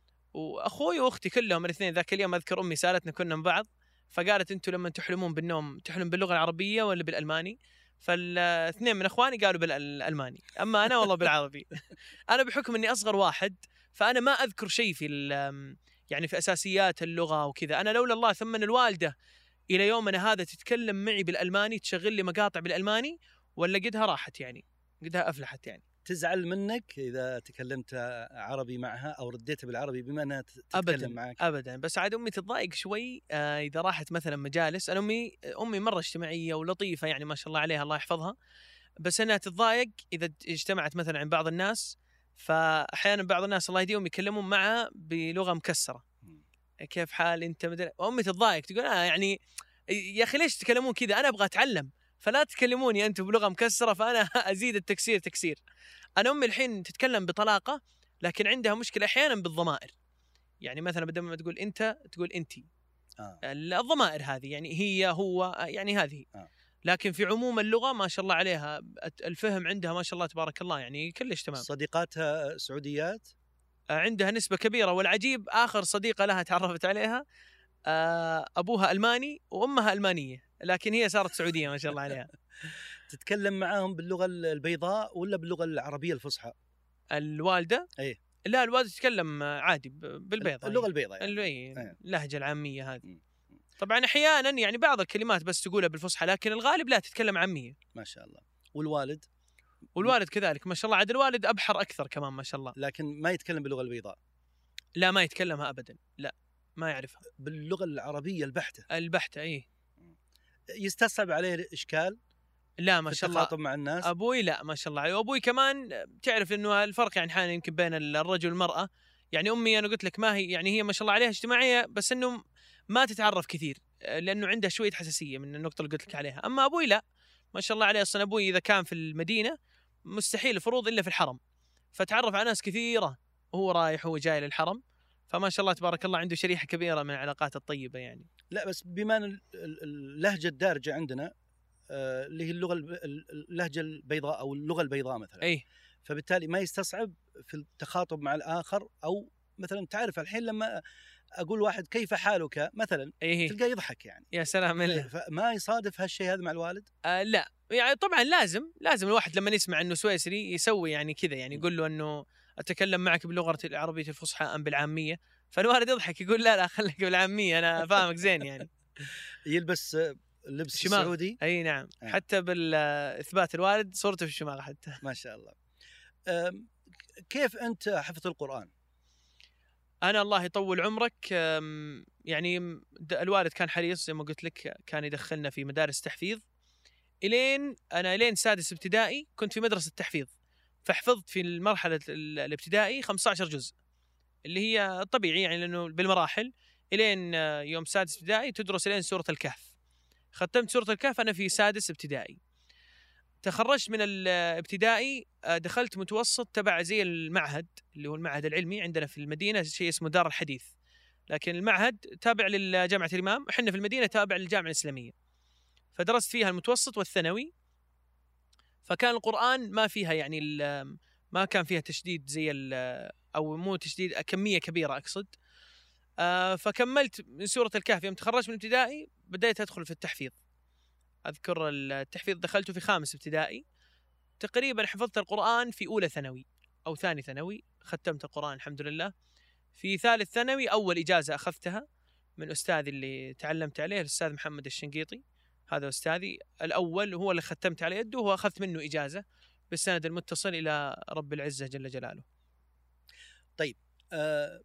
وأخوي وأختي كلهم الاثنين. ذاك اليوم أذكر أمي سألتنا كنا من بعض، فقالت أنتوا لما تحلمون بالنوم تحلم باللغة العربية ولا بالألماني؟ فالاثنين من إخواني قالوا بالألماني، أما أنا والله بالعربي. أنا بحكم أني أصغر واحد، فأنا ما أذكر شيء في يعني في أساسيات اللغة وكذا. أنا لولا الله ثم الوالدة إلى يومنا هذا تتكلم معي بالألماني، تشغل لي مقاطع بالألماني، ولا قدها راحت يعني، قدها أفلحت يعني. تزعل منك إذا تكلمت عربي معها أو رديت بالعربي بما أنها تتكلم أبداً معك؟ أبداً، بس عاد أمي تتضايق شوي آه إذا راحت مثلا مجالس. أنا أمي أمي مرة اجتماعية ولطيفة يعني ما شاء الله عليها الله يحفظها، بس أنها تتضايق إذا اجتمعت مثلا عند بعض الناس، فأحيانا بعض الناس الله يهديهم يكلمون معها بلغة مكسرة، كيف حال أنت مدري، وأمي تتضايق تقول آه يعني يا أخي ليش تتكلمون كذا، أنا أبغى أتعلم، فلا تكلموني أنتم بلغة مكسرة فأنا أزيد التكسير تكسير. أنا أمي الحين تتكلم بطلاقة، لكن عندها مشكلة أحيانا بالضمائر، يعني مثلا بدل ما تقول أنت تقول أنتي. آه. الضمائر هذه يعني هي هو يعني هذه آه. لكن في عموم اللغة ما شاء الله عليها الفهم عندها ما شاء الله تبارك الله يعني كلش تمام. صديقاتها سعوديات؟ عندها نسبة كبيرة، والعجيب آخر صديقة لها تعرفت عليها أبوها ألماني وأمها ألمانية، لكن هي صارت سعودية ما شاء الله عليها. تتكلم معهم باللغة البيضاء ولا باللغة العربية الفصحى؟ الوالدة؟ أيه؟ لا الوالدة تتكلم عادي بالبيضاء، اللغة البيضاء يعني. أيه. اللهجة العامية هذه. طبعا أحيانا يعني بعض الكلمات بس تقولها بالفصحى، لكن الغالب لا تتكلم عامية. ما شاء الله. والوالد؟ والوالد كذلك ما شاء الله، عاد الوالد أبحر أكثر كمان ما شاء الله، لكن ما يتكلم باللغة البيضاء؟ لا ما يتكلمها أبدا، لا ما يعرفها. باللغة العربية البحتة؟ البحتة إيه. يستصعب عليه الإشكال؟ لا ما شاء الله التخاطب مع الناس؟ أبوي لا ما شاء الله عليه، وأبوي كمان تعرف إنه الفرق يعني حاليا يمكن بين الرجل والمرأة. يعني أمي أنا قلت لك ما هي يعني هي ما شاء الله عليها اجتماعية، بس إنه ما تتعرف كثير لأنه عندها شوية حساسية من النقطة اللي قلت لك عليها. أما أبوي لا ما شاء الله عليه، أصلا أبوي إذا كان في المدينة مستحيل الفروض إلا في الحرم، فتعرف على ناس كثيرة وهو رايح هو جاي للحرم، فما شاء الله تبارك الله عنده شريحة كبيرة من العلاقات الطيبة يعني. لا بس بما أن اللهجة الدارجة عندنا اللي هي اللغة اللهجة البيضاء أو اللغة البيضاء مثلا، أي فبالتالي ما يستصعب في التخاطب مع الآخر، أو مثلا تعرف الحين لما أقول واحد كيف حالك مثلا أيه. تلقاه يضحك يعني. يا سلام الله. فما يصادف هالشيء هذا مع الوالد؟ آه لا يعني طبعا لازم لازم الواحد لما يسمع انه سويسري يسوي يعني كذا، يعني يقول له انه اتكلم معك باللغه العربيه الفصحى ام بالعاميه، فالوالد يضحك يقول لا لا خليك بالعاميه انا فاهمك زين يعني. يلبس لبس شماغ. سعودي. اي نعم آه. حتى بالاثبات الوالد صورته في الشماغ حتى. ما شاء الله. كيف انت حفظت القرآن؟ انا الله يطول عمرك يعني الوالد كان حريص زي ما قلت لك، كان يدخلنا في مدارس تحفيظ الين انا لين سادس ابتدائي كنت في مدرسه تحفيظ، فحفظت في المرحله الابتدائي خمسة عشر جزء اللي هي طبيعي يعني لانه بالمراحل، الين يوم سادس ابتدائي تدرس الين سوره الكهف. ختمت سوره الكهف انا في سادس ابتدائي. تخرجت من الابتدائي دخلت متوسط تبع زي المعهد اللي هو المعهد العلمي عندنا في المدينه، شيء اسمه دار الحديث، لكن المعهد تابع للجامعه الامام، احنا في المدينه تابع للجامعه الاسلاميه. فدرست فيها المتوسط والثانوي. فكان القرآن ما فيها يعني ما كان فيها تشديد زي أو مو تشديد كمية كبيرة أقصد. فكملت من سورة الكهف يوم تخرجت من ابتدائي بدأت أدخل في التحفيظ. أذكر التحفيظ دخلته في خامس ابتدائي تقريبا، حفظت القرآن في أولى ثانوي أو ثاني ثانوي، ختمت القرآن الحمد لله. في ثالث ثانوي أول إجازة أخذتها من أستاذي اللي تعلمت عليه الأستاذ محمد الشنقيطي، هذا أستاذي الأول هو اللي ختمت على يده، وهو أخذت منه إجازة بالسند المتصل إلى رب العزة جل جلاله. طيب آه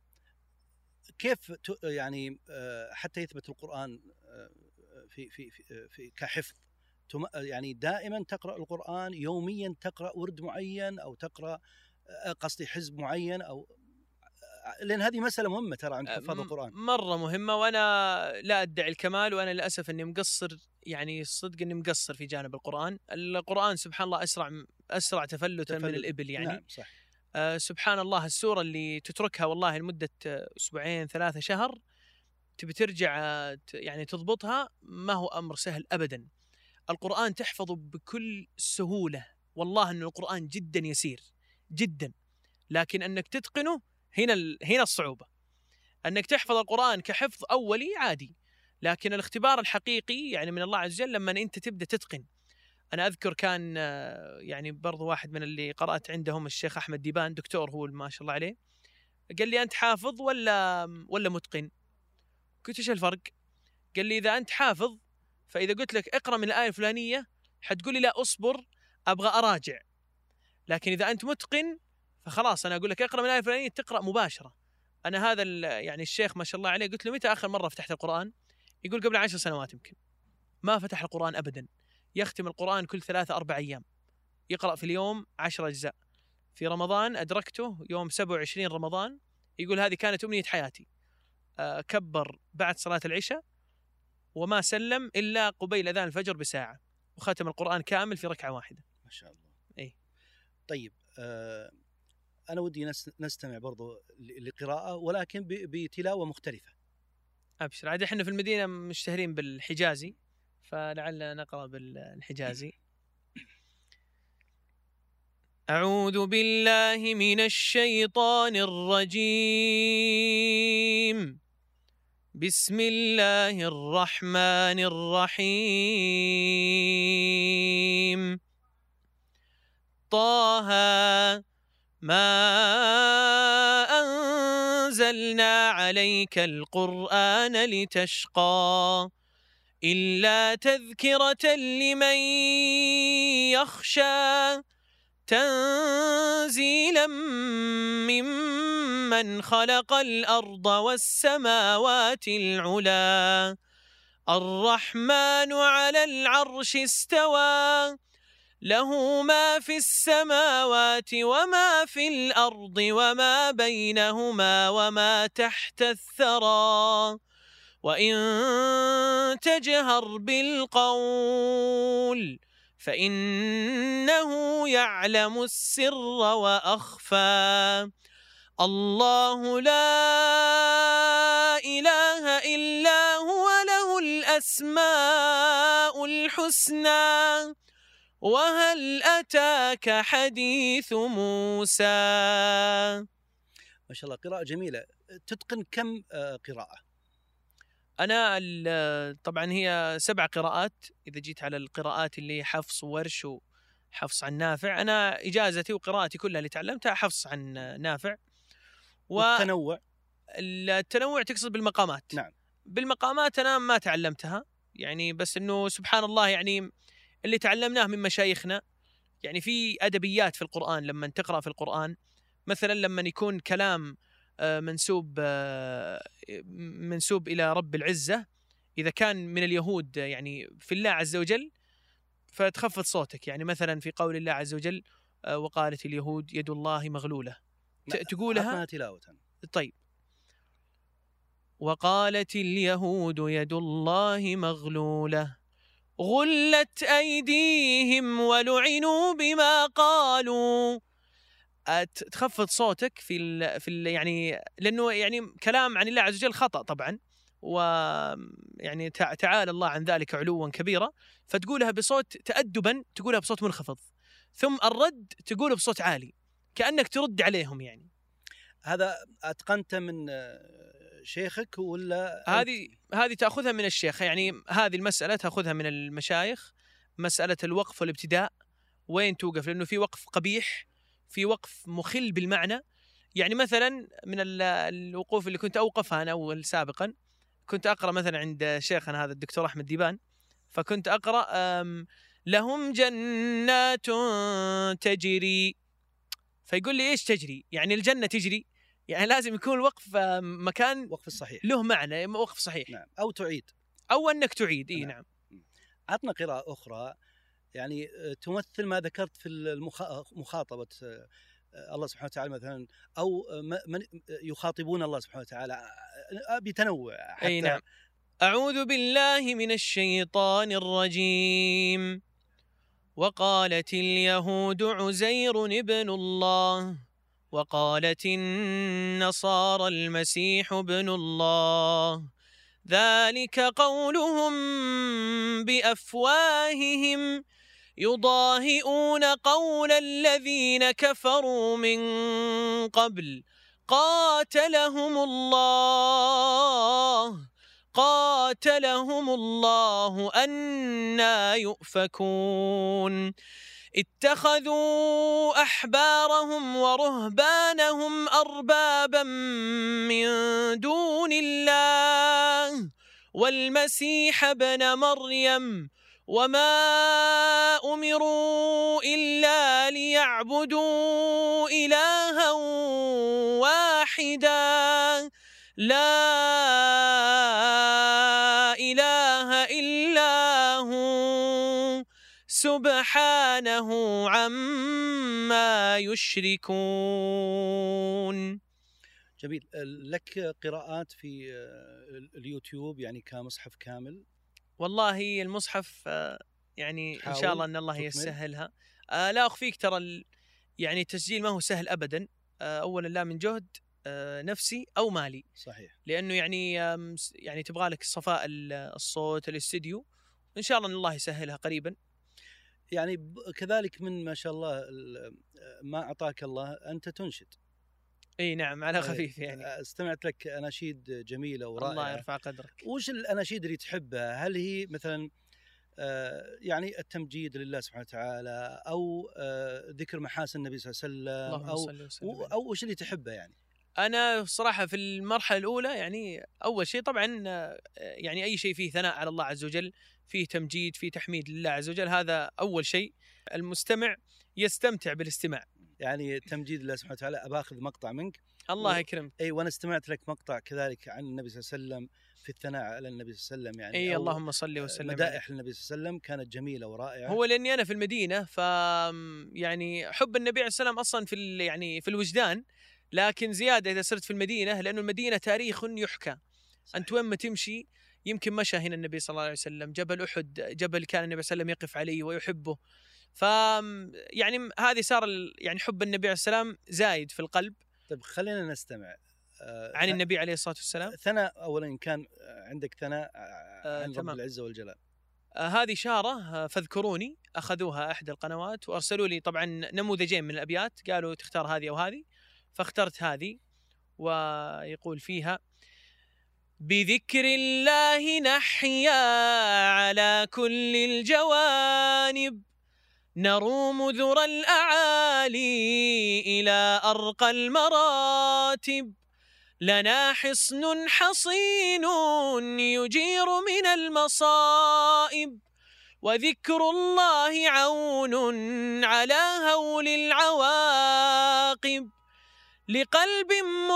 كيف يعني آه حتى يثبت القرآن آه في, في, في, في كحفظ، يعني دائما تقرأ القرآن يوميا، تقرأ ورد معين أو تقرأ آه قصدي حزب معين، أو لأن هذه مسألة مهمة ترى عند حفاظ القرآن، مرة مهمة. وأنا لا أدعي الكمال، وأنا للأسف أني مقصر، يعني الصدق أني مقصر في جانب القرآن. القرآن سبحان الله أسرع أسرع تفلتا من الإبل يعني. نعم صح. آه سبحان الله السورة اللي تتركها والله لمدة أسبوعين ثلاثة شهر تبي ترجع يعني تضبطها، ما هو أمر سهل أبدا. القرآن تحفظه بكل سهولة، والله أن القرآن جدا يسير جدا، لكن أنك تتقنه هنا هنا الصعوبة. أنك تحفظ القرآن كحفظ أولي عادي، لكن الاختبار الحقيقي يعني من الله عز وجل لما أنت تبدأ تتقن. أنا أذكر كان يعني برضو واحد من اللي قرأت عندهم الشيخ أحمد ديبان، دكتور هو ما شاء الله عليه، قال لي أنت حافظ ولا ولا متقن؟ قلت إيش الفرق؟ قال لي إذا أنت حافظ فإذا قلت لك اقرأ من الآية الفلانية حتقول لي لا أصبر أبغى أراجع، لكن إذا أنت متقن فخلاص أنا أقول لك اقرأ من الآية الفلانية تقرأ مباشرة. أنا هذا يعني الشيخ ما شاء الله عليه قلت له متى آخر مرة فتحت القرآن؟ يقول قبل عشر سنوات يمكن. ما فتح القرآن أبدا، يختم القرآن كل ثلاثة أربع أيام، يقرأ في اليوم عشر أجزاء. في رمضان أدركته يوم سبعة وعشرين رمضان، يقول هذه كانت أمنية حياتي. أه كبر بعد صلاة العشاء وما سلم إلا قبيل أذان الفجر بساعة، وختم القرآن كامل في ركعة واحدة. ما شاء الله. إيه. طيب آه أنا ودي نستمع برضو لقراءة ولكن بتلاوة مختلفة. أبشر، عاد إحنا في المدينة مشتهرين بالحجازي، فلعلنا نقرأ بالحجازي. أعوذ بالله من الشيطان الرجيم. بسم الله الرحمن الرحيم. طه ما أنزلنا عليك القرآن لتشقى إلا تذكرة لمن يخشى تنزيلا ممن خلق الأرض والسماوات العلا الرحمن على العرش استوى له ما في السماوات وما في الأرض وما بينهما وما تحت الثرى وإن تجهر بالقول فإنه يعلم السر وأخفى الله لا إله إلا هو له الأسماء الحسنى وهل أتاك حديث موسى. ما شاء الله قراءة جميلة. تتقن كم قراءة؟ أنا طبعا هي سبع قراءات إذا جيت على القراءات اللي حفص وورش وحفص عن نافع. أنا إجازتي وقراءتي كلها اللي تعلمتها حفص عن نافع. والتنوع؟ التنوع تقصد بالمقامات؟ نعم. بالمقامات أنا ما تعلمتها يعني، بس إنه سبحان الله يعني اللي تعلمناه من مشايخنا. يعني في أدبيات في القرآن لما تقرأ في القرآن مثلا لما يكون كلام منسوب منسوب إلى رب العزة، إذا كان من اليهود يعني في الله عز وجل فتخفض صوتك. يعني مثلا في قول الله عز وجل وقالت اليهود يد الله مغلولة، تقولها تلاوة. طيب. وقالت اليهود يد الله مغلولة غلت أيديهم ولعنوا بما قالوا. تخفض صوتك في ال في ال يعني لأنه يعني كلام عن الله عز وجل خطأ طبعا، ويعني تعالى الله عن ذلك علوا كبيرا، فتقولها بصوت تأدبا، تقولها بصوت منخفض، ثم الرد تقوله بصوت عالي كأنك ترد عليهم. يعني هذا أتقنت من شيخك ولا هذه هذه تأخذها من الشيخ؟ يعني هذه المسألة تأخذها من المشايخ، مسألة الوقف والابتداء وين توقف، لأنه في وقف قبيح، في وقف مخل بالمعنى. يعني مثلا من الوقوف اللي كنت أوقفها أنا أول سابقا، كنت أقرأ مثلا عند شيخنا هذا الدكتور أحمد ديبان، فكنت أقرأ لهم جنات تجري، فيقول لي إيش تجري؟ يعني الجنة تجري؟ يعني لازم يكون الوقف مكان وقف الصحيح له معنى، وقف صحيح. نعم. أو تعيد أو أنك تعيد. إيه نعم. نعم. عطنا قراءة أخرى يعني تمثل ما ذكرت في مخاطبة الله سبحانه وتعالى مثلا، أو من يخاطبون الله سبحانه وتعالى بتنوع حتى. أي نعم. أعوذ بالله من الشيطان الرجيم. وقالت اليهود عزير ابن الله وقالت النصارى المسيح ابن الله ذلك قولهم بأفواههم يضاهئون قول الذين كفروا من قبل قاتلهم الله قاتلهم الله أنى يؤفكون. اتخذوا أحبارهم ورهبانهم أربابا من دون الله والمسيح ابن مريم وما أمروا إلا ليعبدوا إلها واحدا لا إله إلا هو سبحانه عما يشركون. جميل. لك قراءات في اليوتيوب يعني كمصحف كامل؟ والله المصحف يعني إن شاء الله أن الله يسهلها. لا أخفيك ترى يعني التسجيل ما هو سهل أبدا. أولا لا من جهد نفسي أو مالي. صحيح. لأنه يعني يعني تبغى لك صفاء الصوت الاستديو. إن شاء الله أن الله يسهلها قريبا. يعني كذلك من ما شاء الله ما أعطاك الله أنت تنشد. اي نعم على خفيف يعني. استمعت لك أناشيد جميلة ورائعة. الله يرفع قدرك. وش الأناشيد اللي تحبها؟ هل هي مثلا يعني التمجيد لله سبحانه وتعالى، أو ذكر محاسن النبي صلى الله عليه وسلم، أو أو, أو وش اللي تحبه يعني؟ أنا صراحة في المرحلة الأولى يعني أول شيء طبعا يعني أي شيء فيه ثناء على الله عز وجل، فيه تمجيد، فيه تحميد لله عز وجل، هذا أول شيء المستمع يستمتع بالاستماع. يعني تمجيد الله سبحانه وتعالى. أباخذ مقطع منك. الله يكرمك. أي وأنا استمعت لك مقطع كذلك عن النبي صلى الله عليه وسلم في الثناء على النبي صلى الله عليه وسلم، يعني أي اللهم صل وسلم. مدائح النبي صلى الله عليه وسلم كانت جميلة ورائعة. هو لأني أنا في المدينة ف يعني حب النبي عليه السلام أصلا في يعني في الوجدان، لكن زيادة إذا صرت في المدينة، لأنه المدينة تاريخ يحكى. صحيح. أنت وين ما تمشي يمكن مشى هنا النبي صلى الله عليه وسلم، جبل أحد جبل كان النبي صلى الله عليه وسلم يقف عليه ويحبه. ف يعني هذه صار يعني حب النبي عليه السلام زايد في القلب. طيب خلينا نستمع آه عن النبي عليه الصلاة والسلام. ثناء أولا، كان عندك ثناء آه عن رب العزة والجلال. آه هذه شارة آه فاذكروني، أخذوها أحد القنوات وأرسلوا لي طبعا نموذجين من الأبيات، قالوا تختار هذه أو هذه، فاخترت هذه. ويقول فيها: بذكر الله نحيا على كل الجوانب، نروم ذرى الأعالي إلى أرقى المراتب، لنا حصن حصين يجير من المصائب، وذكر الله عون على هول العواقب، لقلب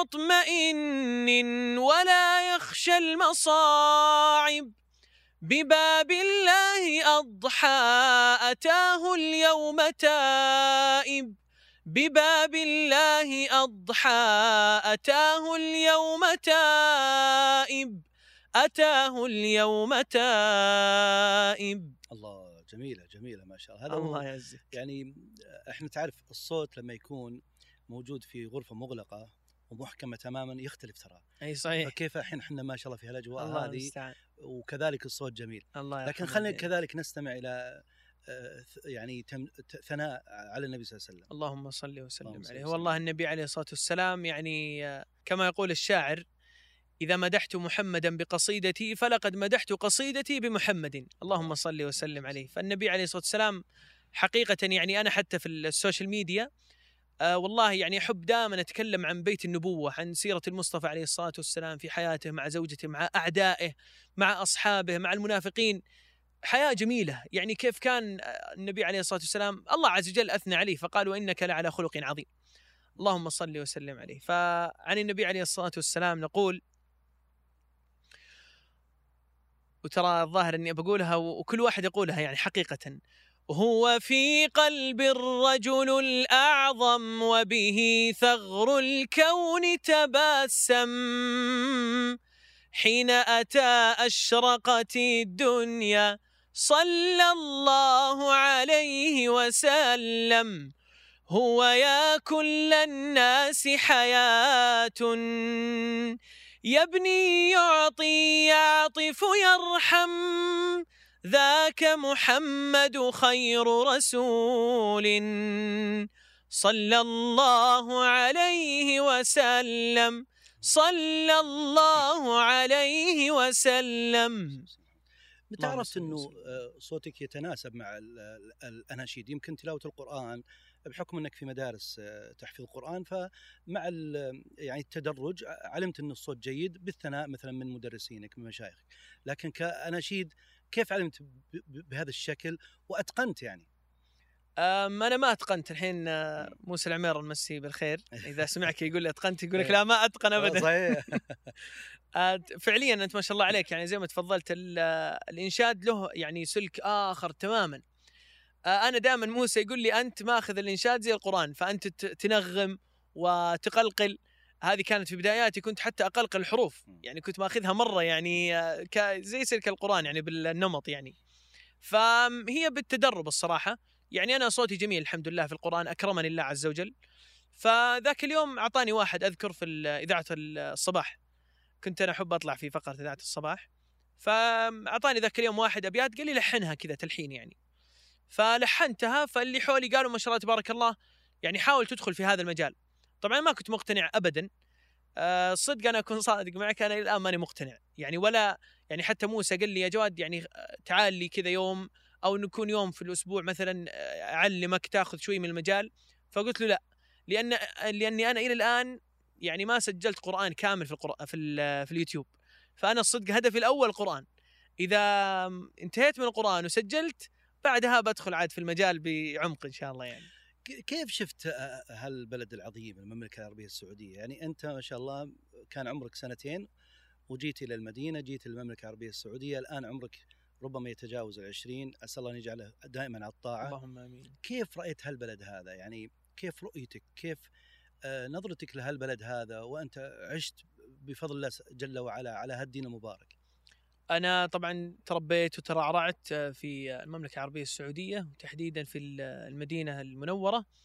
مطمئن ولا يخشى المصاعب، بباب الله أضحى أتاه اليوم تائب، بباب الله أضحى أتاه اليوم تائب، أتاه اليوم تائب. الله، جميلة جميلة ما شاء الله. هذا الله يعزك. يعني احنا تعرف الصوت لما يكون موجود في غرفة مغلقة ومحكمة تماما يختلف ترى. اي صحيح. فكيف الحين احنا ما شاء الله في هالاجواء الله هذه المستعان. وكذلك الصوت جميل. الله لكن خلينا كذلك نستمع الى يعني ثناء على النبي صلى الله عليه وسلم. اللهم صل وسلم عليه. والله النبي عليه الصلاة والسلام يعني كما يقول الشاعر: إذا مدحت محمدا بقصيدتي فلقد مدحت قصيدتي بمحمد، اللهم صل وسلم عليه. فالنبي عليه الصلاة والسلام حقيقة يعني أنا حتى في السوشيال ميديا آه والله يعني أحب دائما أتكلم عن بيت النبوة، عن سيرة المصطفى عليه الصلاة والسلام في حياته مع زوجته، مع أعدائه، مع أصحابه، مع المنافقين. حياة جميلة، يعني كيف كان النبي عليه الصلاة والسلام الله عز وجل أثنى عليه فقال: وإنك لعلى خلق عظيم. اللهم صل وسلم عليه. فعن النبي عليه الصلاة والسلام نقول، وترى الظاهر أني بقولها وكل واحد يقولها يعني حقيقة: هو في قلب الرجل الأعظم وبه ثغر الكون تبسم، حين أتى أشرقت الدنيا صلى الله عليه وسلم. هو يا كل الناس حياة، يبني يعطي يعطف يرحم، ذاك محمد خير رسول صلى الله عليه وسلم، صلى الله عليه وسلم. تعرف أنه صوتك يتناسب مع الأناشيد، يمكن تلاوة القرآن بحكم أنك في مدارس تحفيظ القرآن، فمع يعني التدرج علمت أن الصوت جيد بالثناء مثلا من مدرسينك من مشايخك، لكن كأناشيد كيف علمت بهذا الشكل وأتقنت يعني؟ أنا ما أتقنت. الحين موسى العمير المسي بالخير إذا سمعك يقول لي أتقنت، يقول لك لا ما أتقن أبدا. صحيح. فعليا أنت ما شاء الله عليك، يعني زي ما تفضلت الإنشاد له يعني سلك آخر تماما. أنا دائما موسى يقول لي أنت ماخذ الإنشاد زي القرآن، فأنت تنغم وتقلقل. هذه كانت في بداياتي، كنت حتى أقلقل الحروف، يعني كنت ماخذها مرة يعني زي سلك القرآن يعني بالنمط يعني. فهي بالتدرب الصراحة. يعني أنا صوتي جميل الحمد لله في القرآن، أكرمني الله عز وجل. فذاك اليوم أعطاني واحد أذكر في إذاعة الصباح، كنت أنا أحب أطلع في فقرة إذاعة الصباح، فأعطاني ذاك اليوم واحد أبيات قال لي لحنها كذا تلحين يعني، فلحنتها. فاللي حولي قالوا ما شاء الله تبارك الله، يعني حاول تدخل في هذا المجال. طبعا ما كنت مقتنع أبدا. أه صدق أنا أكون صادق معك، أنا الآن ماني مقتنع يعني، ولا يعني حتى موسى قال لي يا جواد يعني تعال لي كذا يوم أو نكون يوم في الأسبوع مثلا أعلمك تأخذ شوي من المجال. فقلت له لا، لأن لأني أنا إلى الآن يعني ما سجلت قرآن كامل في القرآن في, في اليوتيوب. فأنا الصدق هدفي الأول قرآن، إذا انتهيت من القرآن وسجلت بعدها بدخل عاد في المجال بعمق إن شاء الله. يعني كيف شفت هالبلد العظيم المملكة العربية السعودية؟ يعني أنت ما شاء الله كان عمرك سنتين وجيت إلى المدينة، جيت المملكة العربية السعودية، الآن عمرك ربما يتجاوز العشرين، أسأل الله أن يجعله دائما على الطاعة. اللهم آمين. كيف رأيت هالبلد هذا؟ يعني كيف رؤيتك، كيف نظرتك لهالبلد هذا وأنت عشت بفضل الله جل وعلا على هالدين المبارك؟ أنا طبعا تربيت وترعرعت في المملكة العربية السعودية، وتحديدا في المدينة المنورة.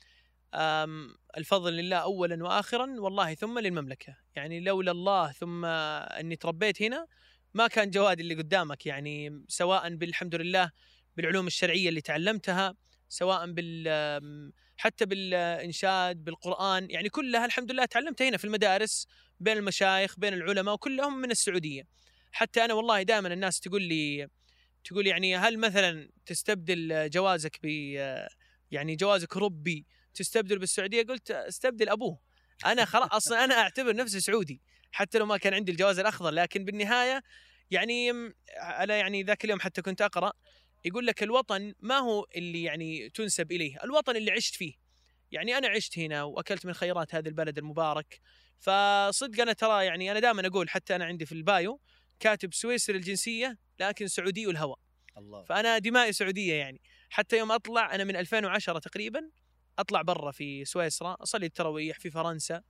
الفضل لله أولا وآخرا والله ثم للمملكة. يعني لولا الله ثم أني تربيت هنا ما كان جواد اللي قدامك، يعني سواء بالحمد لله بالعلوم الشرعية اللي تعلمتها، سواء بال حتى بالإنشاد بالقرآن، يعني كلها الحمد لله تعلمتها هنا في المدارس بين المشايخ بين العلماء وكلهم من السعودية. حتى أنا والله دائما الناس تقول لي تقول يعني هل مثلا تستبدل جوازك ب يعني جوازك ربي تستبدل بالسعودية؟ قلت استبدل أبوه، أنا خلاص أصلا أنا أعتبر نفسي سعودي حتى لو ما كان عندي الجواز الأخضر، لكن بالنهاية يعني أنا يعني ذاك اليوم حتى كنت أقرأ يقول لك الوطن ما هو اللي يعني تنسب إليه، الوطن اللي عشت فيه. يعني أنا عشت هنا وأكلت من خيرات هذا البلد المبارك، فصدق أنا ترى يعني أنا دائما أقول حتى أنا عندي في البايو كاتب سويسري الجنسية لكن سعودي الهوى. الله. فأنا دمائي سعودية يعني. حتى يوم أطلع أنا من ألفين وعشرة تقريبا أطلع برا في سويسرا أصلي التراويح في فرنسا،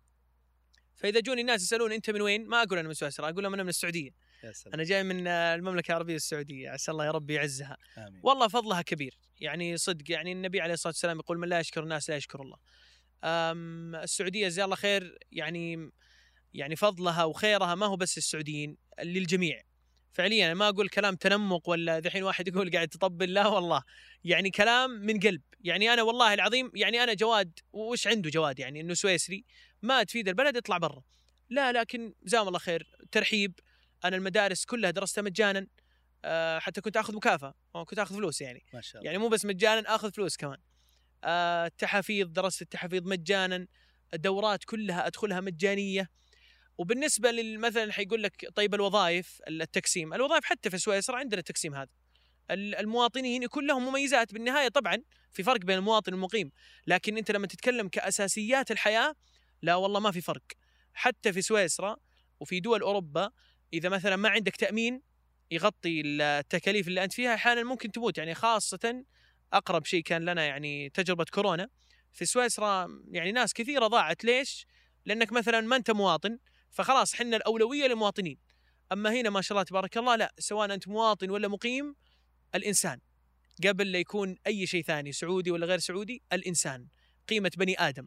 فإذا جوني الناس يسألون أنت من وين ما أقول أنا من سويسرا، أقول لهم أنا من السعودية. أنا جاي من المملكة العربية السعودية، عسى الله يا رب يعزها. آمين. والله فضلها كبير يعني صدق، يعني النبي عليه الصلاة والسلام يقول من لا يشكر الناس لا يشكر الله. السعودية جزاها الله خير، يعني يعني فضلها وخيرها ما هو بس السعوديين، للجميع فعليا. أنا ما أقول كلام تنمق ولا ذحين واحد يقول قاعد تطبل، لا والله يعني كلام من قلب. يعني أنا والله العظيم يعني أنا جواد وش عنده جواد يعني إنه سويسري ما تفيد البلد يطلع برا، لا لكن جزاهم الله خير ترحيب. أنا المدارس كلها درستها مجانا، أه حتى كنت أخذ مكافأة أو كنت أخذ فلوس يعني ما شاء الله. يعني مو بس مجانا أخذ فلوس كمان. أه التحفيظ درست التحفيظ مجانا، الدورات كلها أدخلها مجانية. وبالنسبة للمثلا حيقول لك طيب الوظائف التقسيم، الوظائف حتى في سويسرا عندنا التقسيم هذا، المواطنين يكون لهم مميزات بالنهاية. طبعا في فرق بين المواطن والمقيم، لكن أنت لما تتكلم كأساسيات الحياة لا والله ما في فرق. حتى في سويسرا وفي دول أوروبا إذا مثلا ما عندك تأمين يغطي التكاليف اللي أنت فيها أحيانا ممكن تموت، يعني خاصة أقرب شيء كان لنا يعني تجربة كورونا في سويسرا، يعني ناس كثيرة ضاعت. ليش؟ لأنك مثلا ما أنت مواطن فخلاص حنا الأولوية للمواطنين. أما هنا ما شاء الله تبارك الله لا، سواء أنت مواطن ولا مقيم الإنسان قبل لا يكون أي شيء ثاني، سعودي ولا غير سعودي، الإنسان قيمة بني آدم.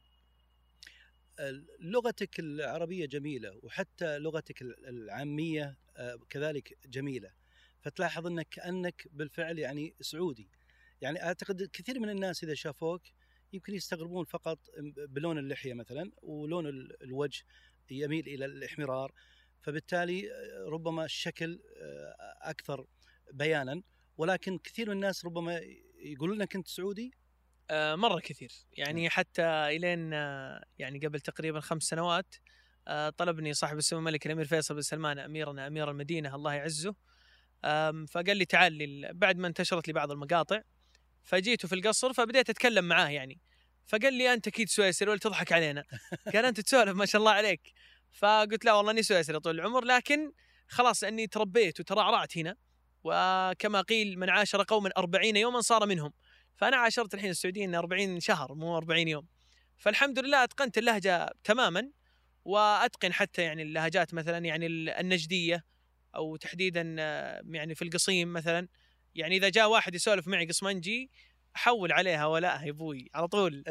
لغتك العربية جميلة وحتى لغتك العامية كذلك جميلة، فتلاحظ أنك كأنك بالفعل يعني سعودي. يعني أعتقد كثير من الناس إذا شافوك يمكن يستغربون فقط بلون اللحية مثلا ولون الوجه يميل إلى الاحمرار، فبالتالي ربما الشكل أكثر بيانا، ولكن كثير من الناس ربما يقولون لك أنت سعودي. آه مرة كثير يعني. حتى إلين آه يعني قبل تقريبا خمس سنوات آه طلبني صاحب السمو الملك الأمير فيصل بن سلمان أميرنا أمير المدينة الله يعزه، آه فقال لي تعال لي بعد ما انتشرت لي بعض المقاطع، فجيته في القصر فبديت أتكلم معاه يعني، فقال لي أنت أكيد سويسري ولا تضحك علينا؟ قال أنت تسولف ما شاء الله عليك. فقلت لا والله أني سويسري طول العمر، لكن خلاص أني تربيت وترعرعت هنا، وكما قيل من عاشر قوما أربعين يوما صار منهم، فأنا عاشرت الحين السعوديين أربعين شهر مو أربعين يوم، فالحمد لله أتقنت اللهجة تماما، وأتقن حتى يعني اللهجات مثلا يعني النجدية أو تحديدا يعني في القصيم مثلا، يعني إذا جاء واحد يسولف معي قصمنجي أحول عليها ولا يا أبوي على طول.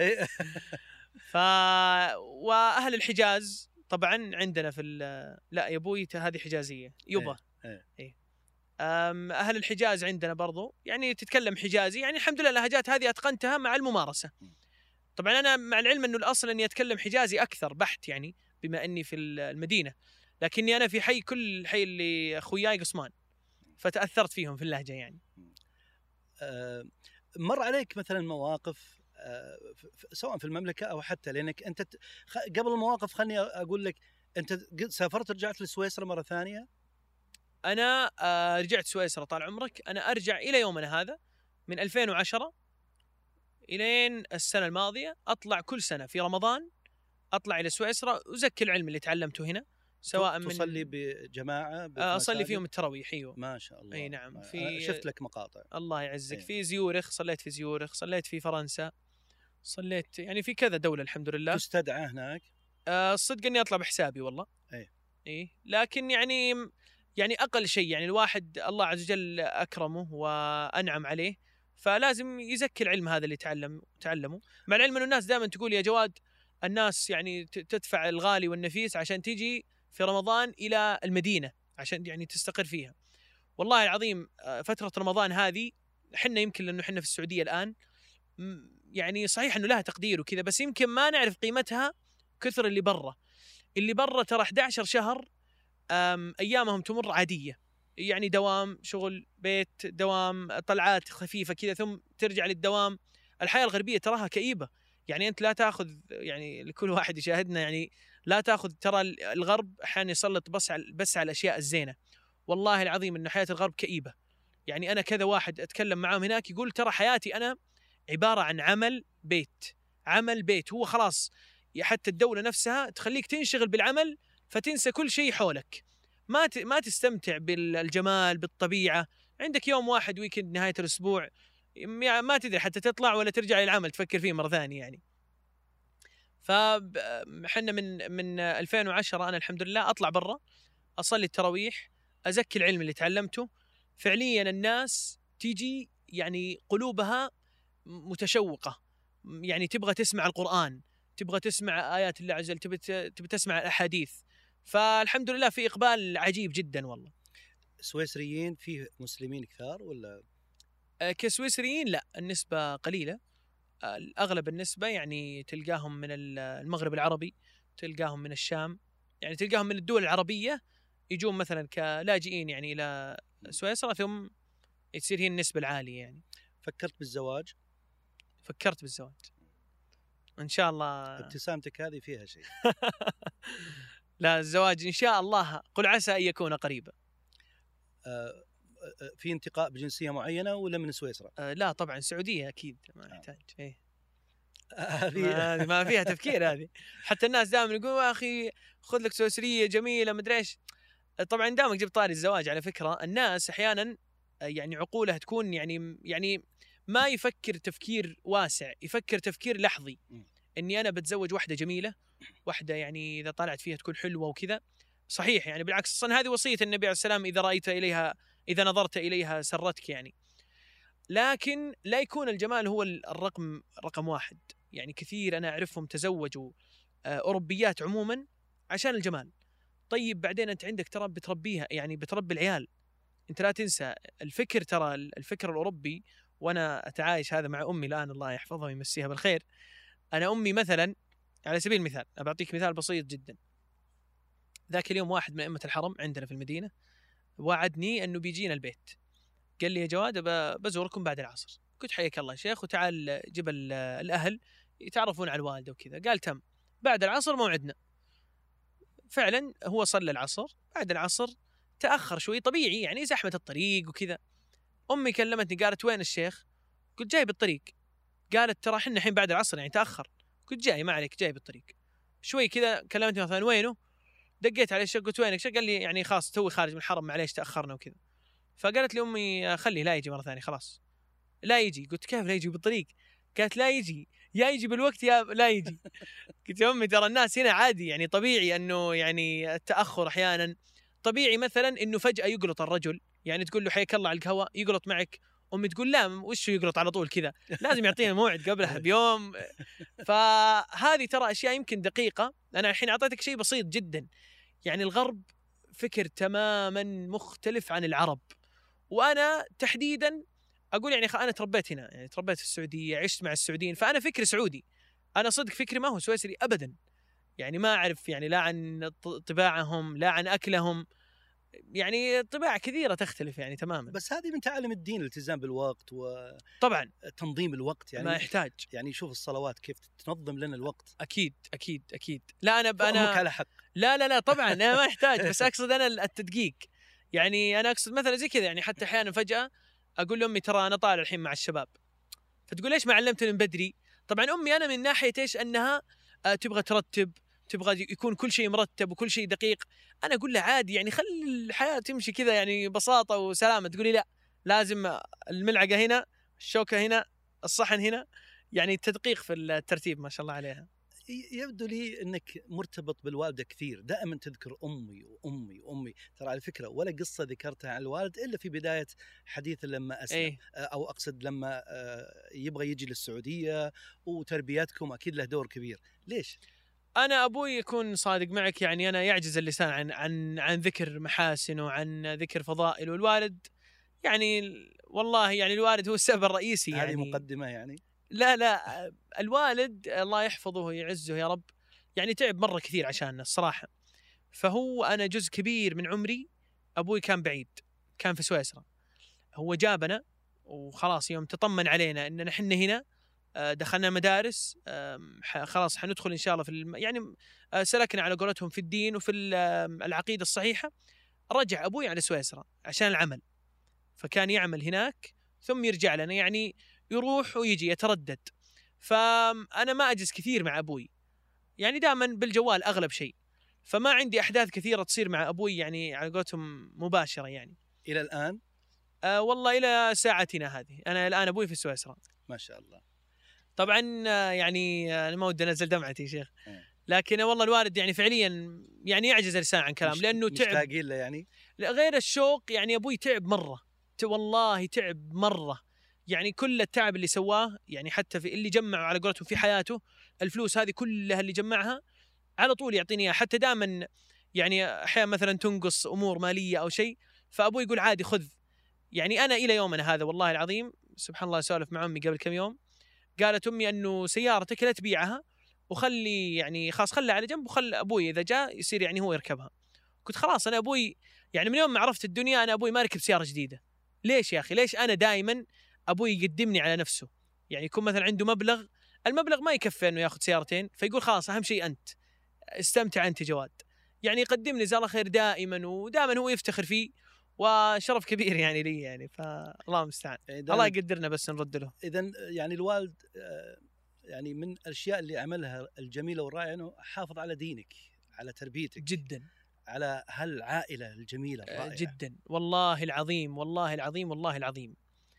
ف وأهل الحجاز طبعا عندنا في لا يا أبوي هذه حجازية يبا إيه. أهل الحجاز عندنا برضو يعني تتكلم حجازي، يعني الحمد لله اللهجات هذه أتقنتها مع الممارسة. طبعا أنا مع العلم أنه الأصل أني أتكلم حجازي أكثر بحت يعني بما أني في المدينة، لكني أنا في حي كل حي اللي أخوياي قصمان فتأثرت فيهم في اللهجة يعني. أه مر عليك مثلا مواقف أه سواء في المملكة أو حتى لأنك أنت قبل المواقف خلني أقول لك أنت سافرت رجعت لسويسرا مرة ثانية؟ أنا آه رجعت سويسرا طال عمرك، أنا أرجع إلى يومنا هذا من ألفين وعشرة إلين السنة الماضية أطلع كل سنة في رمضان أطلع إلى سويسرا وزكي العلم اللي تعلمته هنا، سواء من تصلي بجماعة أصلي فيهم التراويح. أيوه ما شاء الله. أي نعم. في شفت لك مقاطع الله يعزك. أيه. في زيورخ صليت في زيورخ، صليت في فرنسا، صليت يعني في كذا دولة الحمد لله. تستدعى هناك؟ أه الصدق إني أطلع بحسابي والله. أي إيه لكن يعني يعني أقل شيء يعني الواحد الله عز وجل أكرمه وأنعم عليه، فلازم يزكي العلم هذا اللي تعلم تعلمه. مع العلم انه الناس دائما تقول يا جواد الناس يعني تدفع الغالي والنفيس عشان تيجي في رمضان الى المدينه عشان يعني تستقر فيها. والله العظيم فتره رمضان هذه احنا يمكن لانه احنا في السعوديه الان يعني صحيح انه لها تقدير وكذا، بس يمكن ما نعرف قيمتها كثر اللي برا. اللي برا ترى أحد عشر شهر ايامهم تمر عاديه، يعني دوام شغل بيت دوام طلعات خفيفه كذا ثم ترجع للدوام. الحياه الغربيه تراها كئيبه، يعني انت لا تاخذ يعني لكل واحد يشاهدنا يعني لا تاخذ ترى الغرب احيانا يسلط بس على بس على الاشياء الزينه. والله العظيم انه حياه الغرب كئيبه. يعني انا كذا واحد اتكلم معاهم هناك يقول ترى حياتي انا عباره عن عمل بيت عمل بيت. هو خلاص حتى الدوله نفسها تخليك تنشغل بالعمل فتنسى كل شيء حولك، ما ما تستمتع بالجمال بالطبيعه. عندك يوم واحد ويكند نهايه الاسبوع ما تدري حتى تطلع ولا ترجع للعمل تفكر فيه مره ثانيه يعني. فحنا من من ألفين وعشرة انا الحمد لله اطلع برا اصلي التراويح ازكي العلم اللي تعلمته. فعليا الناس تيجي يعني قلوبها متشوقه، يعني تبغى تسمع القرآن، تبغى تسمع آيات الله عز وجل، تبغى تبغى تسمع الأحاديث. فالحمد لله في إقبال عجيب جدا والله. سويسريين فيه مسلمين كثار ولا؟ كسويسريين لا، النسبة قليلة. الأغلب النسبة يعني تلقاهم من المغرب العربي، تلقاهم من الشام، يعني تلقاهم من الدول العربية يجون مثلا كلاجئين يعني إلى سويسرا ثم تصير هي النسبة العالية. يعني فكرت بالزواج؟ فكرت بالزواج إن شاء الله. ابتسامتك هذه فيها شيء. لا الزواج إن شاء الله قل عسى أن يكون قريبا. آه في انتقاء بجنسية معينة ولا من سويسرا؟ آه لا طبعا سعودية أكيد ما يحتاج. آه. إيه هذه ما فيها تفكير هذه. حتى الناس دائما يقولوا يا أخي خذ لك سويسرية جميلة مدري إيش. طبعا دامك جبت طاري الزواج على فكرة الناس أحيانا يعني عقولها تكون يعني يعني ما يفكر تفكير واسع، يفكر تفكير لحظي. إني أنا بتزوج واحدة جميلة، واحدة يعني إذا طلعت فيها تكون حلوة وكذا. صحيح يعني بالعكس أصلا هذه وصية النبي عليه السلام إذا رأيت إليها إذا نظرت إليها سرتك يعني. لكن لا يكون الجمال هو الرقم رقم واحد. يعني كثير أنا أعرفهم تزوجوا أوروبيات عموما عشان الجمال. طيب بعدين أنت عندك ترى بتربيها يعني بتربي العيال. أنت لا تنسى الفكر، ترى الفكر الأوروبي. وأنا أتعايش هذا مع أمي الآن الله يحفظها ويمسيها بالخير. أنا أمي مثلا على سبيل المثال أبعطيك مثال بسيط جدا. ذاك اليوم واحد من أئمة الحرم عندنا في المدينة وعدني أنه بيجينا البيت، قال لي يا جواد بزوركم بعد العصر. قلت حياك الله شيخ وتعال جبل الأهل يتعرفون على الوالدة وكذا. قال تم بعد العصر موعدنا. فعلا هو صلى العصر، بعد العصر تأخر شوي طبيعي يعني زحمة الطريق وكذا. أمي كلمتني قالت وين الشيخ؟ قلت جاي بالطريق. قالت ترى حنا الحين بعد العصر يعني تأخر. قلت جاي ما عليك جاي بالطريق. شوي كذا كلمتني مثلا وينه؟ دقيت عليه الشيخ قلت وينك؟ قال لي يعني خلاص توي خارج من الحرم معليش تأخرنا وكذا. فقالت لي أمي خلي لا يجي مرة ثانية خلاص لا يجي. قلت كيف لا يجي بالطريق؟ قالت لا يجي يا يجي بالوقت يا لا يجي. قلت يا أمي ترى الناس هنا عادي يعني طبيعي أنه يعني التأخر أحيانا طبيعي. مثلا أنه فجأة يقلط الرجل يعني تقول له حياك الله على القهوة يقلط معك. أمي تقول لا وش يقلط على طول كذا لازم يعطينا موعد قبلها بيوم. فهذه ترى أشياء يمكن دقيقة. أنا الحين أعطيتك شيء بسيط جدا. يعني الغرب فكر تماما مختلف عن العرب. وأنا تحديدا أقول يعني أنا تربيت هنا يعني تربيت في السعودية عشت مع السعوديين فأنا فكري سعودي. أنا صدق فكري ما هو سويسري أبدا. يعني ما أعرف يعني لا عن طباعهم لا عن أكلهم. يعني طباع كثيرة تختلف يعني تماما. بس هذه من تعاليم الدين الالتزام بالوقت طبعا وتنظيم الوقت. يعني ما يحتاج يعني شوف الصلوات كيف تنظم لنا الوقت. أكيد أكيد أكيد. لا أنا أنا على حق. لا لا لا طبعا أنا ما يحتاج بس أقصد أنا التدقيق. يعني أنا أقصد مثلا زي كذا يعني حتى أحيانا فجأة أقول لأمي ترى أنا طالع الحين مع الشباب فتقول ليش ما علمتني من بدري؟ طبعا أمي أنا من ناحية إيش أنها تبغى ترتب تبغى يكون كل شيء مرتب وكل شيء دقيق. أنا أقول له عادي يعني خلي الحياة تمشي كذا يعني بساطة وسلامة. تقولي لا لازم الملعقة هنا الشوكة هنا الصحن هنا. يعني التدقيق في الترتيب ما شاء الله عليها. يبدو لي أنك مرتبط بالوالدة كثير، دائما تذكر أمي وأمي وأمي. ترى على فكرة ولا قصة ذكرتها عن الوالد إلا في بداية حديث لما أسلم. إيه؟ أو أقصد لما يبغى يجي للسعودية، وتربيتكم أكيد له دور كبير. ليش؟ أنا أبوي يكون صادق معك، يعني أنا يعجز اللسان عن عن عن ذكر محاسنه وعن ذكر فضائله. والوالد يعني والله يعني الوالد هو السبب الرئيسي. يعني هذه مقدمة يعني. لا لا الوالد الله يحفظه ويعزه يا رب، يعني تعب مرة كثير عشاننا الصراحة. فهو أنا جزء كبير من عمري أبوي كان بعيد، كان في سويسرا. هو جابنا وخلاص يوم تطمن علينا إننا حنا هنا دخلنا مدارس خلاص حندخل إن شاء الله في الم... يعني سلكنا على قولتهم في الدين وفي العقيدة الصحيحة. رجع أبوي على سويسرا عشان العمل، فكان يعمل هناك ثم يرجع لنا، يعني يروح ويجي يتردد. فأنا ما أجلس كثير مع أبوي، يعني دائما بالجوال أغلب شيء، فما عندي أحداث كثيرة تصير مع أبوي يعني على قولتهم مباشرة. يعني إلى الآن؟ آه والله إلى ساعتنا هذه أنا الآن أبوي في سويسرا. ما شاء الله. طبعا يعني أنا ما ودي أنزل دمعتي يا شيخ، لكن والله الوالد يعني فعليا يعني يعجز اللسان عن كلام، لأنه تعب. مشتاقين له يعني؟ غير الشوق يعني أبوي تعب مرة، والله تعب مرة. يعني كل التعب اللي سواه، يعني حتى في اللي جمعوا على قولتهم في حياته الفلوس هذه كلها اللي جمعها على طول يعطيني إياها. حتى دائما يعني أحيانا مثلا تنقص أمور مالية أو شيء، فأبوي يقول عادي خذ. يعني أنا إلى يومنا هذا والله العظيم سبحان الله سولف مع أمي قبل كم يوم، قالت أمي أنه سيارتك لا تبيعها وخلي يعني خلاص خلها على جنب، وخل أبوي إذا جاء يصير يعني هو يركبها. كنت خلاص أنا أبوي يعني من يوم ما عرفت الدنيا أنا أبوي ما ركب سيارة جديدة. ليش يا أخي؟ ليش أنا دائما أبوي يقدمني على نفسه؟ يعني يكون مثلا عنده مبلغ، المبلغ ما يكفي أنه يأخذ سيارتين، فيقول خلاص أهم شيء أنت استمتع أنت جواد. يعني يقدمني جزاه الله خير دائما، ودائما هو يفتخر فيه، وشرف كبير يعني لي. يعني فالله المستعان، الله يقدرنا بس نرد له. إذن يعني الوالد يعني من الأشياء اللي عملها الجميلة والرائعة أنه حافظ على دينك، على تربيتك جدا، على هالعائلة الجميلة الرائعة جدا والله العظيم والله العظيم والله العظيم.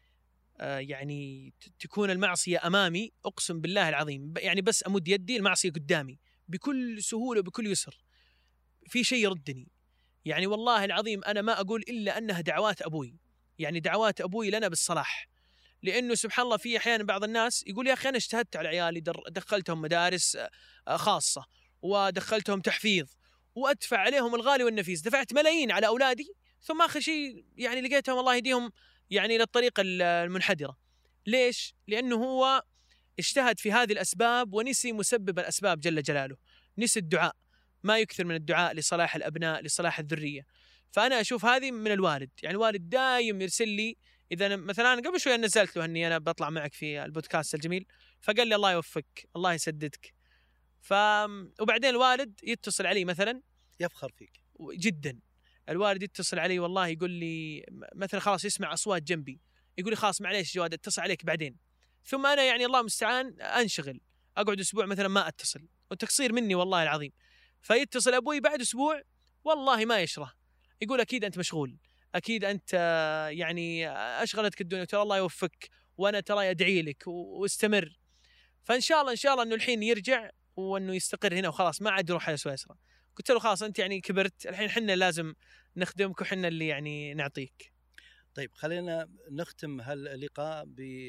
آه يعني تكون المعصية أمامي أقسم بالله العظيم، يعني بس أمد يدي المعصية قدامي بكل سهولة وبكل يسر، في شيء يردني. يعني والله العظيم أنا ما أقول إلا أنها دعوات أبوي، يعني دعوات أبوي لنا بالصلاح. لأنه سبحان الله في أحيان بعض الناس يقول يا أخي أنا اجتهدت على عيالي، دخلتهم مدارس خاصة ودخلتهم تحفيظ وأدفع عليهم الغالي والنفيس، دفعت ملايين على أولادي، ثم آخر شيء يعني لقيتهم الله يهديهم يعني للطريق المنحدرة. ليش؟ لأنه هو اجتهد في هذه الأسباب ونسي مسبب الأسباب جل جلاله، نسي الدعاء، ما يكثر من الدعاء لصلاح الأبناء لصلاح الذرية. فأنا أشوف هذه من الوالد، يعني الوالد دايم يرسل لي. إذا مثلا قبل شوي نزلت له أني أنا بطلع معك في البودكاست الجميل، فقال لي الله يوفقك الله يسددك. ف وبعدين الوالد يتصل علي مثلا يفخر فيك جدا. الوالد يتصل علي والله يقول لي مثلا خلاص يسمع أصوات جنبي، يقول لي خلاص معليش جواد اتصل عليك بعدين. ثم أنا يعني الله مستعان أنشغل، أقعد أسبوع مثلا ما أتصل، وتقصير مني والله العظيم. فيتصل أبوي بعد أسبوع والله ما يشره، يقول أكيد أنت مشغول، أكيد أنت يعني أشغلتك الدنيا، ترى الله يوفقك وأنا ترى أدعي لك واستمر. فإن شاء الله إن شاء الله أنه الحين يرجع وأنه يستقر هنا وخلاص ما عاد يروح على سويسرا. قلت له خلاص أنت يعني كبرت الحين، حنا لازم نخدمك وحنا اللي يعني نعطيك. طيب خلينا نختم هاللقاء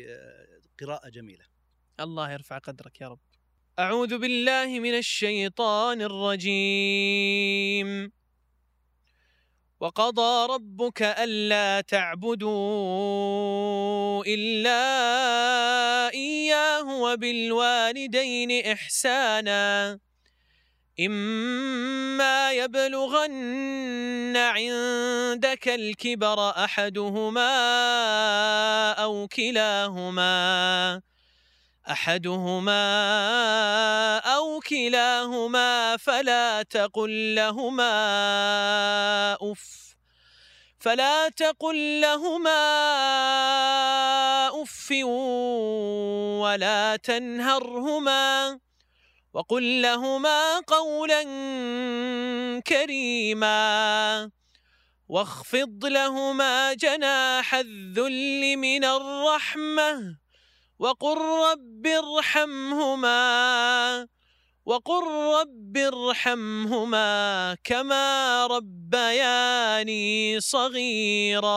بقراءة جميلة. الله يرفع قدرك يا رب. أعوذ بالله من الشيطان الرجيم. وقضى ربك ألا تعبدوا إلا إياه وبالوالدين إحسانا إما يبلغن عندك الكبر أحدهما أو كلاهما أحدهما أو كلاهما فلا تقل لهما أف فلا تقل لهما أف ولا تنهرهما وقل لهما قولا كريما واخفض لهما جناح الذل من الرحمة وقل رب ارحمهما وقل رب ارحمهما كما ربياني صغيرا.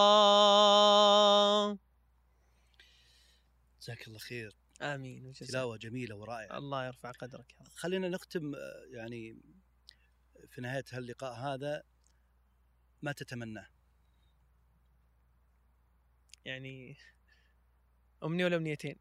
جزاك الله خير. آمين. تلاوة جميلة ورائعة. الله يرفع قدرك يا رب. خلينا نختم يعني في نهاية هاللقاء هذا، ما تتمناه؟ يعني أمنية ولا أمنيتين؟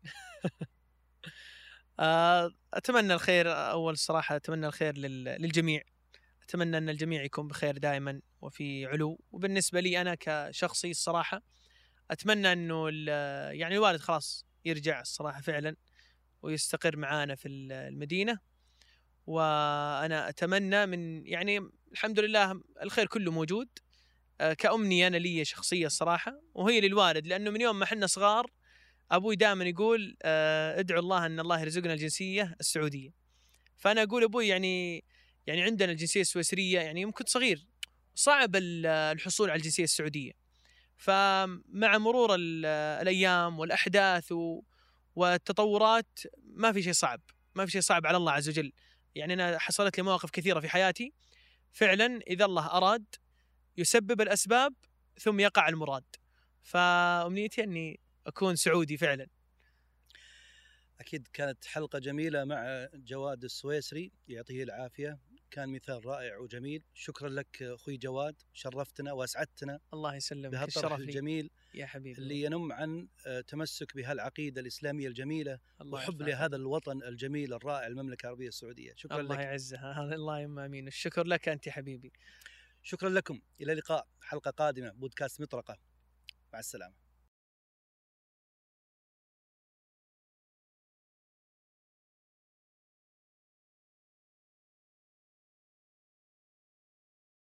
أتمنى الخير. أول صراحة أتمنى الخير للجميع، أتمنى أن الجميع يكون بخير دائما وفي علو. وبالنسبة لي أنا كشخصي الصراحة أتمنى أنه يعني الوالد خلاص يرجع الصراحة فعلا ويستقر معانا في المدينة. وأنا أتمنى من يعني الحمد لله الخير كله موجود. كأمنية أنا لي شخصية الصراحة وهي للوالد، لأنه من يوم ما حنا صغار أبوي دائما يقول ادعوا الله أن الله يرزقنا الجنسية السعودية. فأنا أقول أبوي يعني يعني عندنا الجنسية السويسرية، يعني يمكن صغير صعب الحصول على الجنسية السعودية. فمع مرور الأيام والأحداث والتطورات ما في شيء صعب، ما في شيء صعب على الله عز وجل. يعني أنا حصلت لي مواقف كثيرة في حياتي فعلا إذا الله أراد يسبب الأسباب ثم يقع المراد. فأمنيتي أني أكون سعودي فعلا. أكيد كانت حلقة جميلة مع جواد السويسري، يعطيه العافية، كان مثال رائع وجميل. شكرا لك أخوي جواد، شرفتنا وأسعدتنا. الله يسلمك، بهالطرح الجميل يا حبيبي اللي ينم عن تمسك بهالعقيدة الإسلامية الجميلة وحب لهذا الوطن الجميل الرائع المملكة العربية السعودية. شكرا الله لك. الله يعزها. اللهم آمين. الشكر لك أنت حبيبي. شكرا لكم. إلى اللقاء، حلقة قادمة بودكاست مطرقة. مع السلامة.